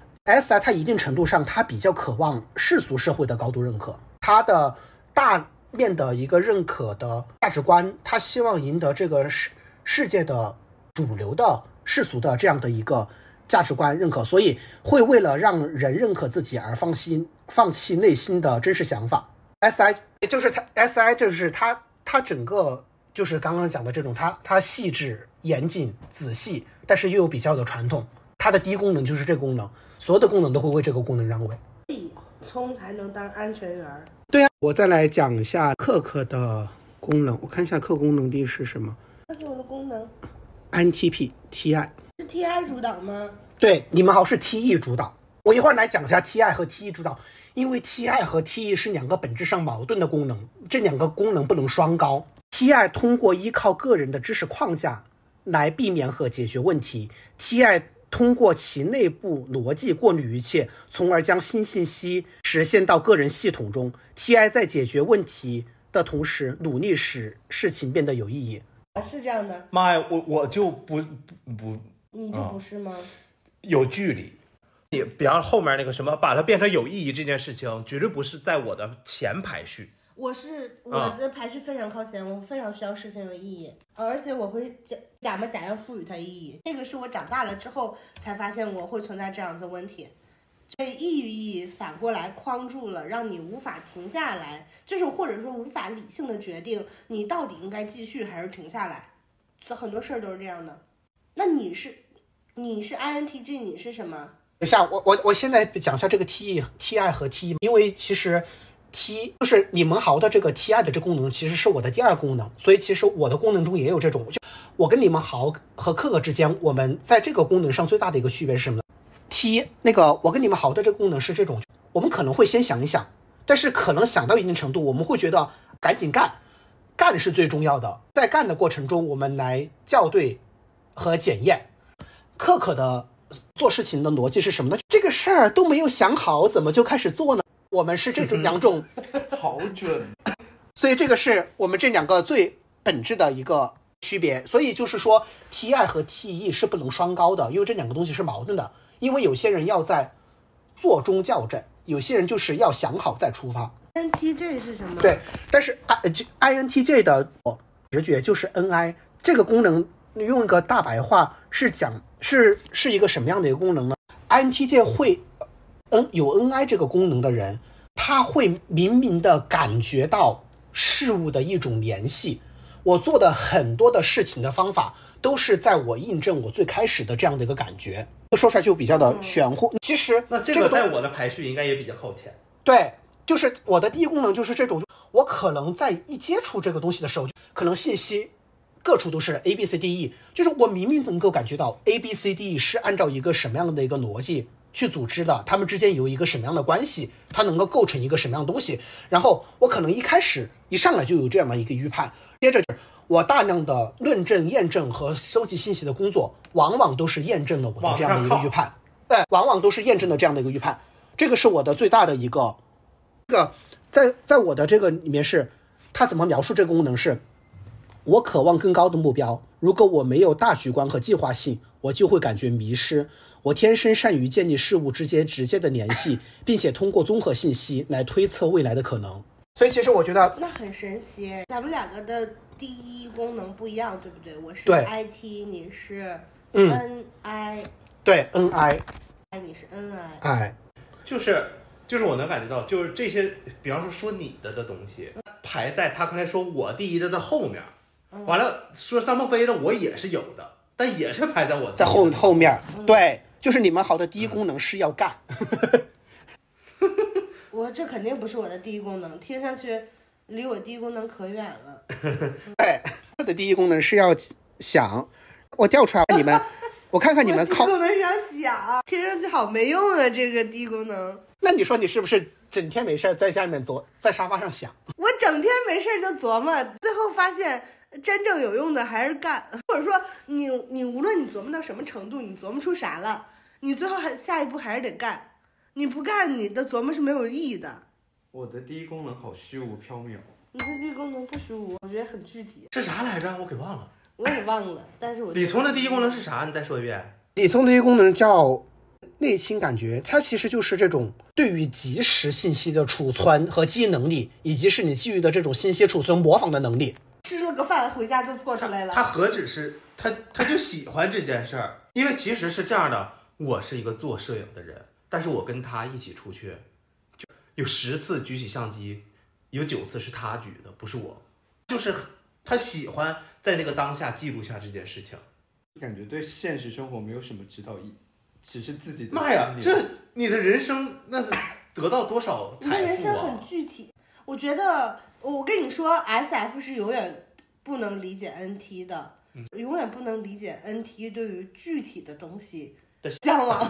Speaker 3: SI 它一定程度上它比较渴望世俗社会的高度认可，它的大面的一个认可的价值观，它希望赢得这个世界的主流的世俗的这样的一个价值观认可，所以会为了让人认可自己而放弃内心的真实想法。SI 就是它整个就是刚刚讲的这种，它细致严谨仔细，但是又有比较的传统。它的第一功能就是这个功能，所有的功能都会为这个功能让位，
Speaker 2: 聪才能当安全员。
Speaker 3: 对啊，我再来讲一下克的功能，我看一下克功能第一是什么？
Speaker 2: 那是我的功能
Speaker 3: INTP TI
Speaker 2: 是 TI 主导吗？
Speaker 3: 对，你们好是 TE 主导。我一会儿来讲一下 TI 和 TE 主导，因为 TI 和 TE 是两个本质上矛盾的功能，这两个功能不能双高。TI 通过依靠个人的知识框架来避免和解决问题， TI 通过其内部逻辑过滤一切，从而将新信息实现到个人系统中。 TI 在解决问题的同时努力使事情变得有意义。
Speaker 2: 是这样的。
Speaker 1: 妈呀，我就不
Speaker 2: 你就不是吗？
Speaker 1: 有距离。你比方后面那个什么把它变成有意义这件事情，绝对不是在我的前排序。
Speaker 2: 我的排序非常靠前，我非常需要事情有意义，而且我会假模假样赋予它意义。这个是我长大了之后才发现我会存在这样子的问题，所以意义反过来框住了，让你无法停下来，就是或者说无法理性的决定你到底应该继续还是停下来。很多事儿都是这样的。那你是 INTJ， 你是什么？
Speaker 3: 等一下，我现在讲一下这个 TI 和 TE， 因为其实 T 就是你们豪的这个 TI 的这个功能，其实是我的第二功能，所以其实我的功能中也有这种。就我跟你们豪和克之间，我们在这个功能上最大的一个区别是什么呢？ T 那个我跟你们豪的这个功能是这种，我们可能会先想一想，但是可能想到一定程度，我们会觉得赶紧干是最重要的，在干的过程中，我们来校对和检验。克的做事情的逻辑是什么呢？这个事儿都没有想好，怎么就开始做呢？我们是这种两种，
Speaker 1: 好准。
Speaker 3: 所以这个是我们这两个最本质的一个区别。所以就是说 TI 和 TE 是不能双高的，因为这两个东西是矛盾的。因为有些人要在做中校正，有些人就是要想好再出发。
Speaker 2: INTJ 是什么？
Speaker 3: 对，但是 INTJ 的直觉就是 NI 这个功能，用一个大白话是讲是一个什么样的一个功能呢？ INTJ 会有 NI 这个功能的人，他会明明的感觉到事物的一种联系， 我做的很多的事情的方法都是在我印证我最开始的这样的一个感觉，说出来就比较的玄乎。其实
Speaker 1: 那这个在我的排序应该也比较靠前。
Speaker 3: 对，就是我的第一功能就是这种，我可能在一接触这个东西的时候，可能信息各处都是 A B C D E， 就是我明明能够感觉到 A B C D E 是按照一个什么样的一个逻辑去组织的，他们之间有一个什么样的关系，它能够构成一个什么样的东西，然后我可能一开始一上来就有这样的一个预判，接着我大量的论证、验证和收集信息的工作，往往都是验证了我的这样的一个预判，对，往往都是验证了这样的一个预判，这个是我的最大的一个，这个在我的这个里面是，他怎么描述这个功能是，我渴望更高的目标，如果我没有大局观和计划性，我就会感觉迷失。我天生善于建立事物之间直接的联系，并且通过综合信息来推测未来的可能。所以其实我觉得
Speaker 2: 那很神奇，咱们两个的第一功能不一样，对不对？我是
Speaker 3: 对
Speaker 2: IT， 你是 NI，
Speaker 3: 对 NI，
Speaker 2: 你是 NI，
Speaker 3: 哎，
Speaker 1: 就是我能感觉到，就是这些，比方说你的东西排在他刚才说我第一的后面，完了说三鹏飞的我也是有的，但也是排在我
Speaker 3: 在后面，对，就是你们好的第一功能是要干。
Speaker 2: 我这肯定不是我的第一功能，听上去离我第一功能可远了。
Speaker 3: 对，我的第一功能是要想，我调出来你们，我看看你们靠。
Speaker 2: 第一功能是要想，听上去好没用啊，这个第一功能。
Speaker 3: 那你说你是不是整天没事在下面在沙发上想？
Speaker 2: 我整天没事就琢磨，最后发现真正有用的还是干，或者说你无论你琢磨到什么程度，你琢磨出啥了，你最后下一步还是得干。你不干，你的琢磨是没有意义的。
Speaker 5: 我的第一功能好虚无缥缈。
Speaker 2: 你的第一功能不虚无，我觉得很具体。
Speaker 1: 是啥来着？我给忘了。
Speaker 2: 我也忘了，但是我
Speaker 1: 李聪的第一功能是啥？你再说一遍。
Speaker 3: 李聪的第一功能叫内倾感觉，它其实就是这种对于即时信息的储存和记忆能力，以及是你基于的这种信息储存模仿的能力。
Speaker 2: 吃了个饭回家就做出来了。
Speaker 1: 他何止是他就喜欢这件事儿，因为其实是这样的，我是一个做摄影的人，但是我跟他一起出去，就有10次举起相机，有9次是他举的，不是我，就是他喜欢在那个当下记录下这件事情。
Speaker 5: 感觉对现实生活没有什么指导意义，只是自己的。
Speaker 1: 妈呀，这你的人生那是得到多少财富啊？
Speaker 2: 你的人生很具体。我觉得我跟你说 SF 是永远不能理解 NT 的，永远不能理解 NT 对于具体的东西的向往。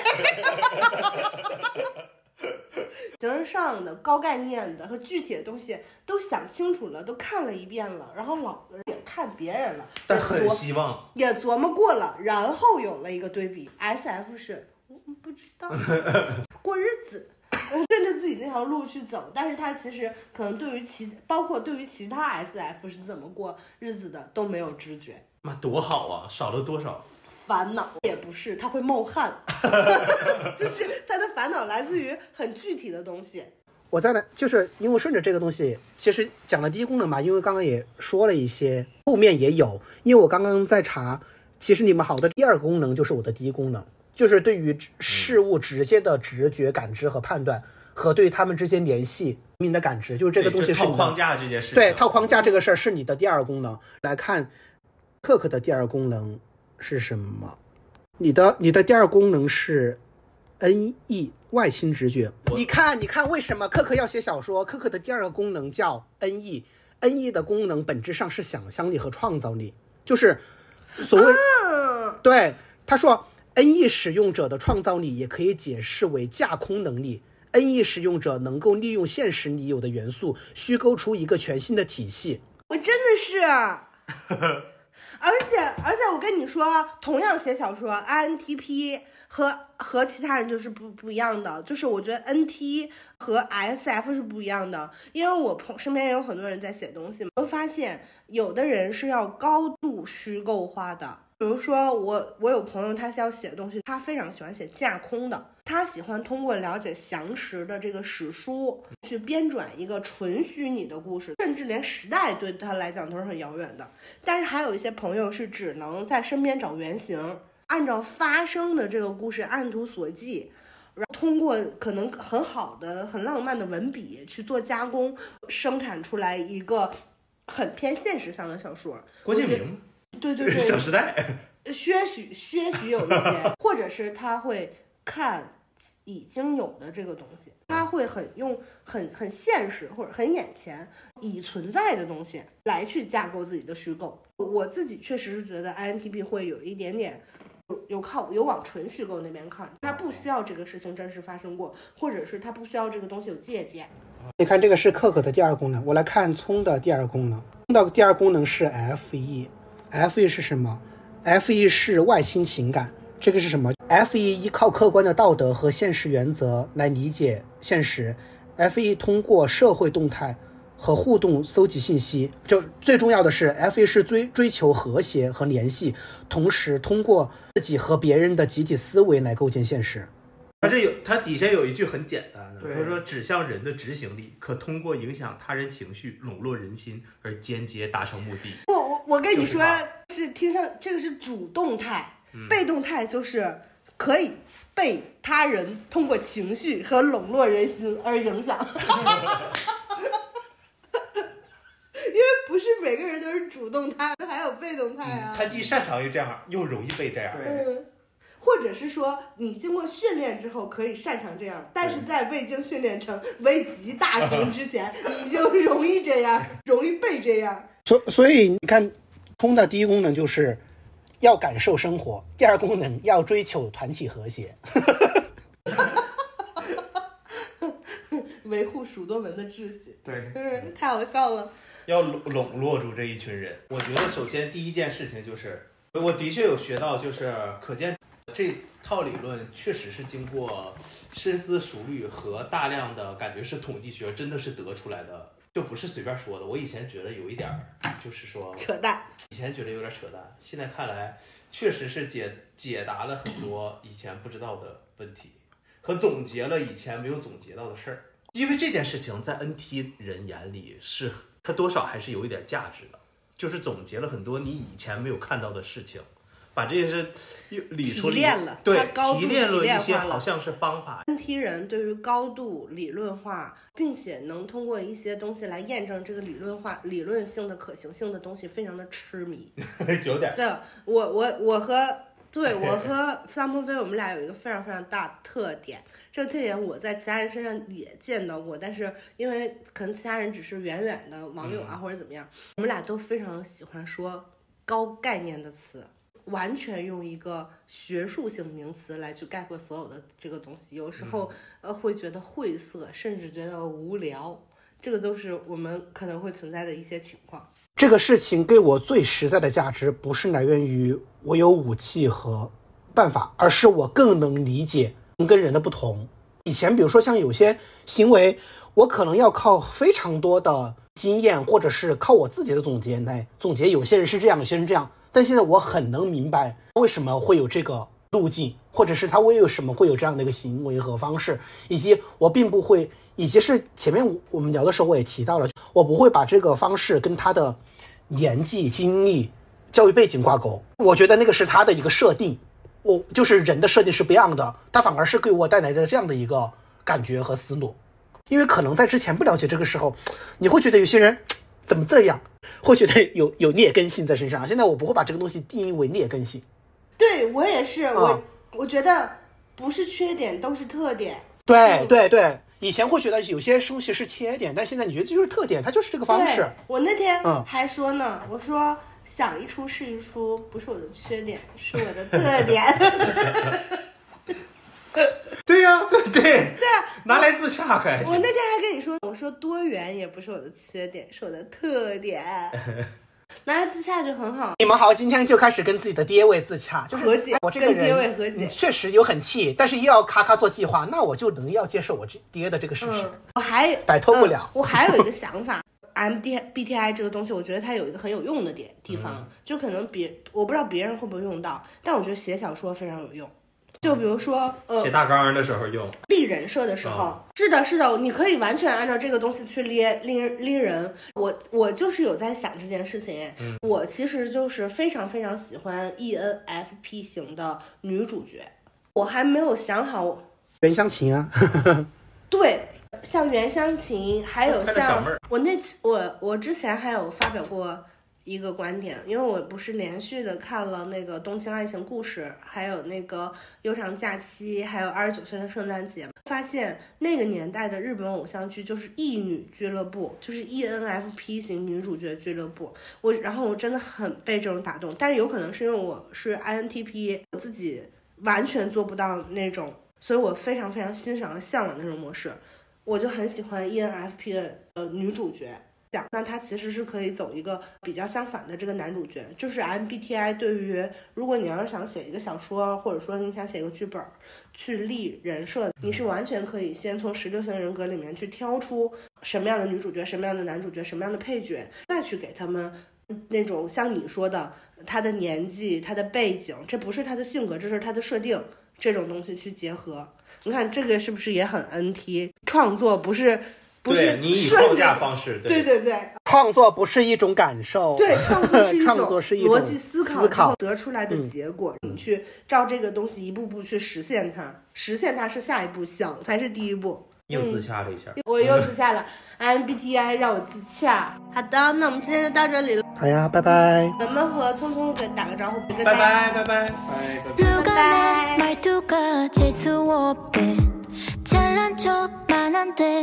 Speaker 2: 形而上的、高概念的和具体的东西都想清楚了，都看了一遍了，然后也看别人了，
Speaker 1: 但很希望
Speaker 2: 也琢磨过了，然后有了一个对比。SF 是不知道过日子，顺着自己那条路去走，但是他其实可能对于包括对于其他 SF 是怎么过日子的都没有知觉。
Speaker 1: 妈多好啊，少了多少
Speaker 2: 烦恼。也不是，他会冒汗就是他的烦恼来自于很具体的东西。
Speaker 3: 我再来，就是因为顺着这个东西，其实讲了第一功能嘛，因为刚刚也说了一些，后面也有，因为我刚刚在查，其实你们好的第二个功能就是我的第一功能，就是对于事物直接的直觉感知和判断，和对他们之间联系你的感知，就是这个东西是你的
Speaker 1: 套框架这件事情。
Speaker 3: 对，套框架这个事儿是你的第二功能。来看克克的第二功能是什么？你的第二功能是 NE 外倾直觉。你看为什么克克要写小说？克克的第二个功能叫 NE 的功能本质上是想象力和创造力，就是所谓对他说 NE 使用者的创造力也可以解释为架空能力。NE 使用者能够利用现实里有的元素虚构出一个全新的体系。
Speaker 2: 我真的是而且我跟你说，同样写小说 INTP 和其他人就是不一样的，就是我觉得 NT 和 SF 是不一样的，因为我身边也有很多人在写东西，我会发现有的人是要高度虚构化的。比如说我有朋友，他要写东西，他非常喜欢写架空的，他喜欢通过了解详实的这个史书去编转一个纯虚拟的故事，甚至连时代对他来讲都是很遥远的。但是还有一些朋友是只能在身边找原型，按照发生的这个故事按图索骥，然后通过可能很好的很浪漫的文笔去做加工，生产出来一个很偏现实向的小说。
Speaker 1: 郭敬明，
Speaker 2: 对对对，
Speaker 1: 小时代，
Speaker 2: 些许有一些，或者是他会看已经有的这个东西，他会很现实或者很眼前已存在的东西来去架构自己的虚构。我自己确实是觉得 INTP 会有一点点有往纯虚构那边看，他不需要这个事情真实发生过，或者是他不需要这个东西有借鉴。
Speaker 3: 你看这个是可可的第二功能，我来看聪的第二功能。聪的第二功能是 FE 是什么？ FE 是外心情感。这个是什么？ FE 依靠客观的道德和现实原则来理解现实。 FE 通过社会动态和互动搜集信息，就最重要的是 FE 是追求和谐和联系，同时通过自己和别人的集体思维来构建现实。
Speaker 1: 它底下有一句很简单的，他说指向人的执行力可通过影响他人情绪笼络人心而间接达成目的。
Speaker 2: 我跟你说，是听上这个是主动态，被动态就是可以被他人通过情绪和笼络人心而影响。因为不是每个人都是主动态，还有被动态啊。
Speaker 1: 他既擅长于这样，又容易被这样。
Speaker 2: 或者是说你经过训练之后可以擅长这样，但是在未经训练成为极大成之前，你就容易这样，容易被这样。
Speaker 3: 所以你看，通的第一功能就是要感受生活，第二功能要追求团体和谐。
Speaker 2: 维护蜀多门的秩序。
Speaker 1: 对，
Speaker 2: 太好笑了。
Speaker 1: 要笼络住这一群人。我觉得首先第一件事情就是，我的确有学到，就是可见这套理论确实是经过深思熟虑和大量的感觉是统计学真的是得出来的，就不是随便说的。我以前觉得有一点就是说
Speaker 2: 扯淡，
Speaker 1: 以前觉得有点扯淡，现在看来确实是解答了很多以前不知道的问题，和总结了以前没有总结到的事儿。因为这件事情在 NT 人眼里是它多少还是有一点价值的，就是总结了很多你以前没有看到的事情，把这些事理出
Speaker 2: 提炼了，
Speaker 1: 对，
Speaker 2: 提
Speaker 1: 炼了一些好像是方法。
Speaker 2: NT 人对于高度理论化，并且能通过一些东西来验证这个理论性的可行性的东西，非常的痴迷。
Speaker 1: 有点。
Speaker 2: 这我和桑鹏飞，我们俩有一个非常非常大的特点。这个特点我在其他人身上也见到过，但是因为可能其他人只是远远的网友啊，或者怎么样，我们俩都非常喜欢说高概念的词，完全用一个学术性名词来去概括所有的这个东西，有时候会觉得晦涩，甚至觉得无聊，这个都是我们可能会存在的一些情况。
Speaker 3: 这个事情给我最实在的价值，不是来源于我有武器和办法，而是我更能理解人跟人的不同。以前比如说像有些行为，我可能要靠非常多的经验，或者是靠我自己的总结来总结，有些人是这样，有些人这样。但现在我很能明白为什么会有这个路径，或者是他为什么会有这样的一个行为和方式，以及我并不会，以及是前面我们聊的时候我也提到了，我不会把这个方式跟他的年纪、经历、教育背景挂钩。我觉得那个是他的一个设定，我就是人的设定是不一样的，他反而是给我带来的这样的一个感觉和思路。因为可能在之前不了解这个时候，你会觉得有些人怎么这样，会觉得有劣根性在身上。现在我不会把这个东西定义为劣根性。
Speaker 2: 对，我也是，我觉得不是缺点都是特点。
Speaker 3: 对对对，以前会觉得有些东西是缺点，但现在你觉得这就是特点，它就是这个方式。
Speaker 2: 我那天还说呢，我说想一出是一出，不是我的缺点，是我的特点。
Speaker 1: 对呀，对啊，拿来自洽开。
Speaker 2: 我那天还跟你说，我说多元也不是我的缺点，是我的特点。拿来自洽就很好。
Speaker 3: 你们好，今天就开始跟自己的爹位自洽，就是
Speaker 2: 和解。
Speaker 3: 我这个人
Speaker 2: 跟爹位和解，
Speaker 3: 确实有很 T， 但是又要咔咔做计划，那我就能要接受我爹的这个事实。
Speaker 2: 我还
Speaker 3: 摆脱不了。
Speaker 2: 我还有一个想法。MBTI 这个东西，我觉得它有一个很有用的地方，就可能我不知道别人会不会用到，但我觉得写小说非常有用。就比如说
Speaker 1: 写大纲的时候用，
Speaker 2: 立人设的时候，是的，你可以完全按照这个东西去立人。我就是有在想这件事情，我其实就是非常非常喜欢 ENFP 型的女主角，我还没有想好
Speaker 3: 袁湘琴啊。
Speaker 2: 对， 像袁湘琴，还有像
Speaker 1: 快乐小妹儿
Speaker 2: 我之前还有发表过一个观点，因为我不是连续的看了那个《东京爱情故事》，还有那个《悠长假期》，还有29岁的圣诞节，发现那个年代的日本偶像剧就是异女俱乐部，就是 ENFP 型女主角俱乐部。然后我真的很被这种打动，但是有可能是因为我是 INTP， 我自己完全做不到那种，所以我非常非常欣赏和向往那种模式。我就很喜欢 ENFP 的女主角，那他其实是可以走一个比较相反的这个男主角，就是 MBTI 对于如果你要是想写一个小说，或者说你想写一个剧本去立人设，你是完全可以先从16型人格里面去挑出什么样的女主角，什么样的男主角，什么样的配角，再去给他们那种像你说的他的年纪，他的背景，这不是他的性格，这是他的设定，这种东西去结合。你看这个是不是也很 NT？ 创作不是
Speaker 1: 你以框架方式，
Speaker 2: 对，
Speaker 3: 创作不是一种感受，
Speaker 2: 对，创作
Speaker 3: 是一种
Speaker 2: 逻辑思考得出来的结果，你去照这个东西一步步去实现它是下一步，想才是第一步。
Speaker 1: 又自洽了一下，
Speaker 2: 我又自洽了MBTI 让我自洽。好的，那我们今天就到这里了。
Speaker 3: 好呀，拜拜。
Speaker 2: 文文和聪聪给打个招呼，
Speaker 1: 拜拜拜拜。
Speaker 6: 누가 내 말투가 재수없대 잘난 척만 한대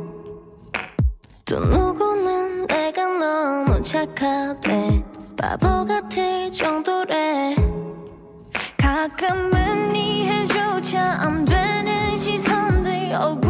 Speaker 6: 또 누구는 내가 너무 착하대 바보 같을 정도래 가끔은 이해조차 안 되는 시선들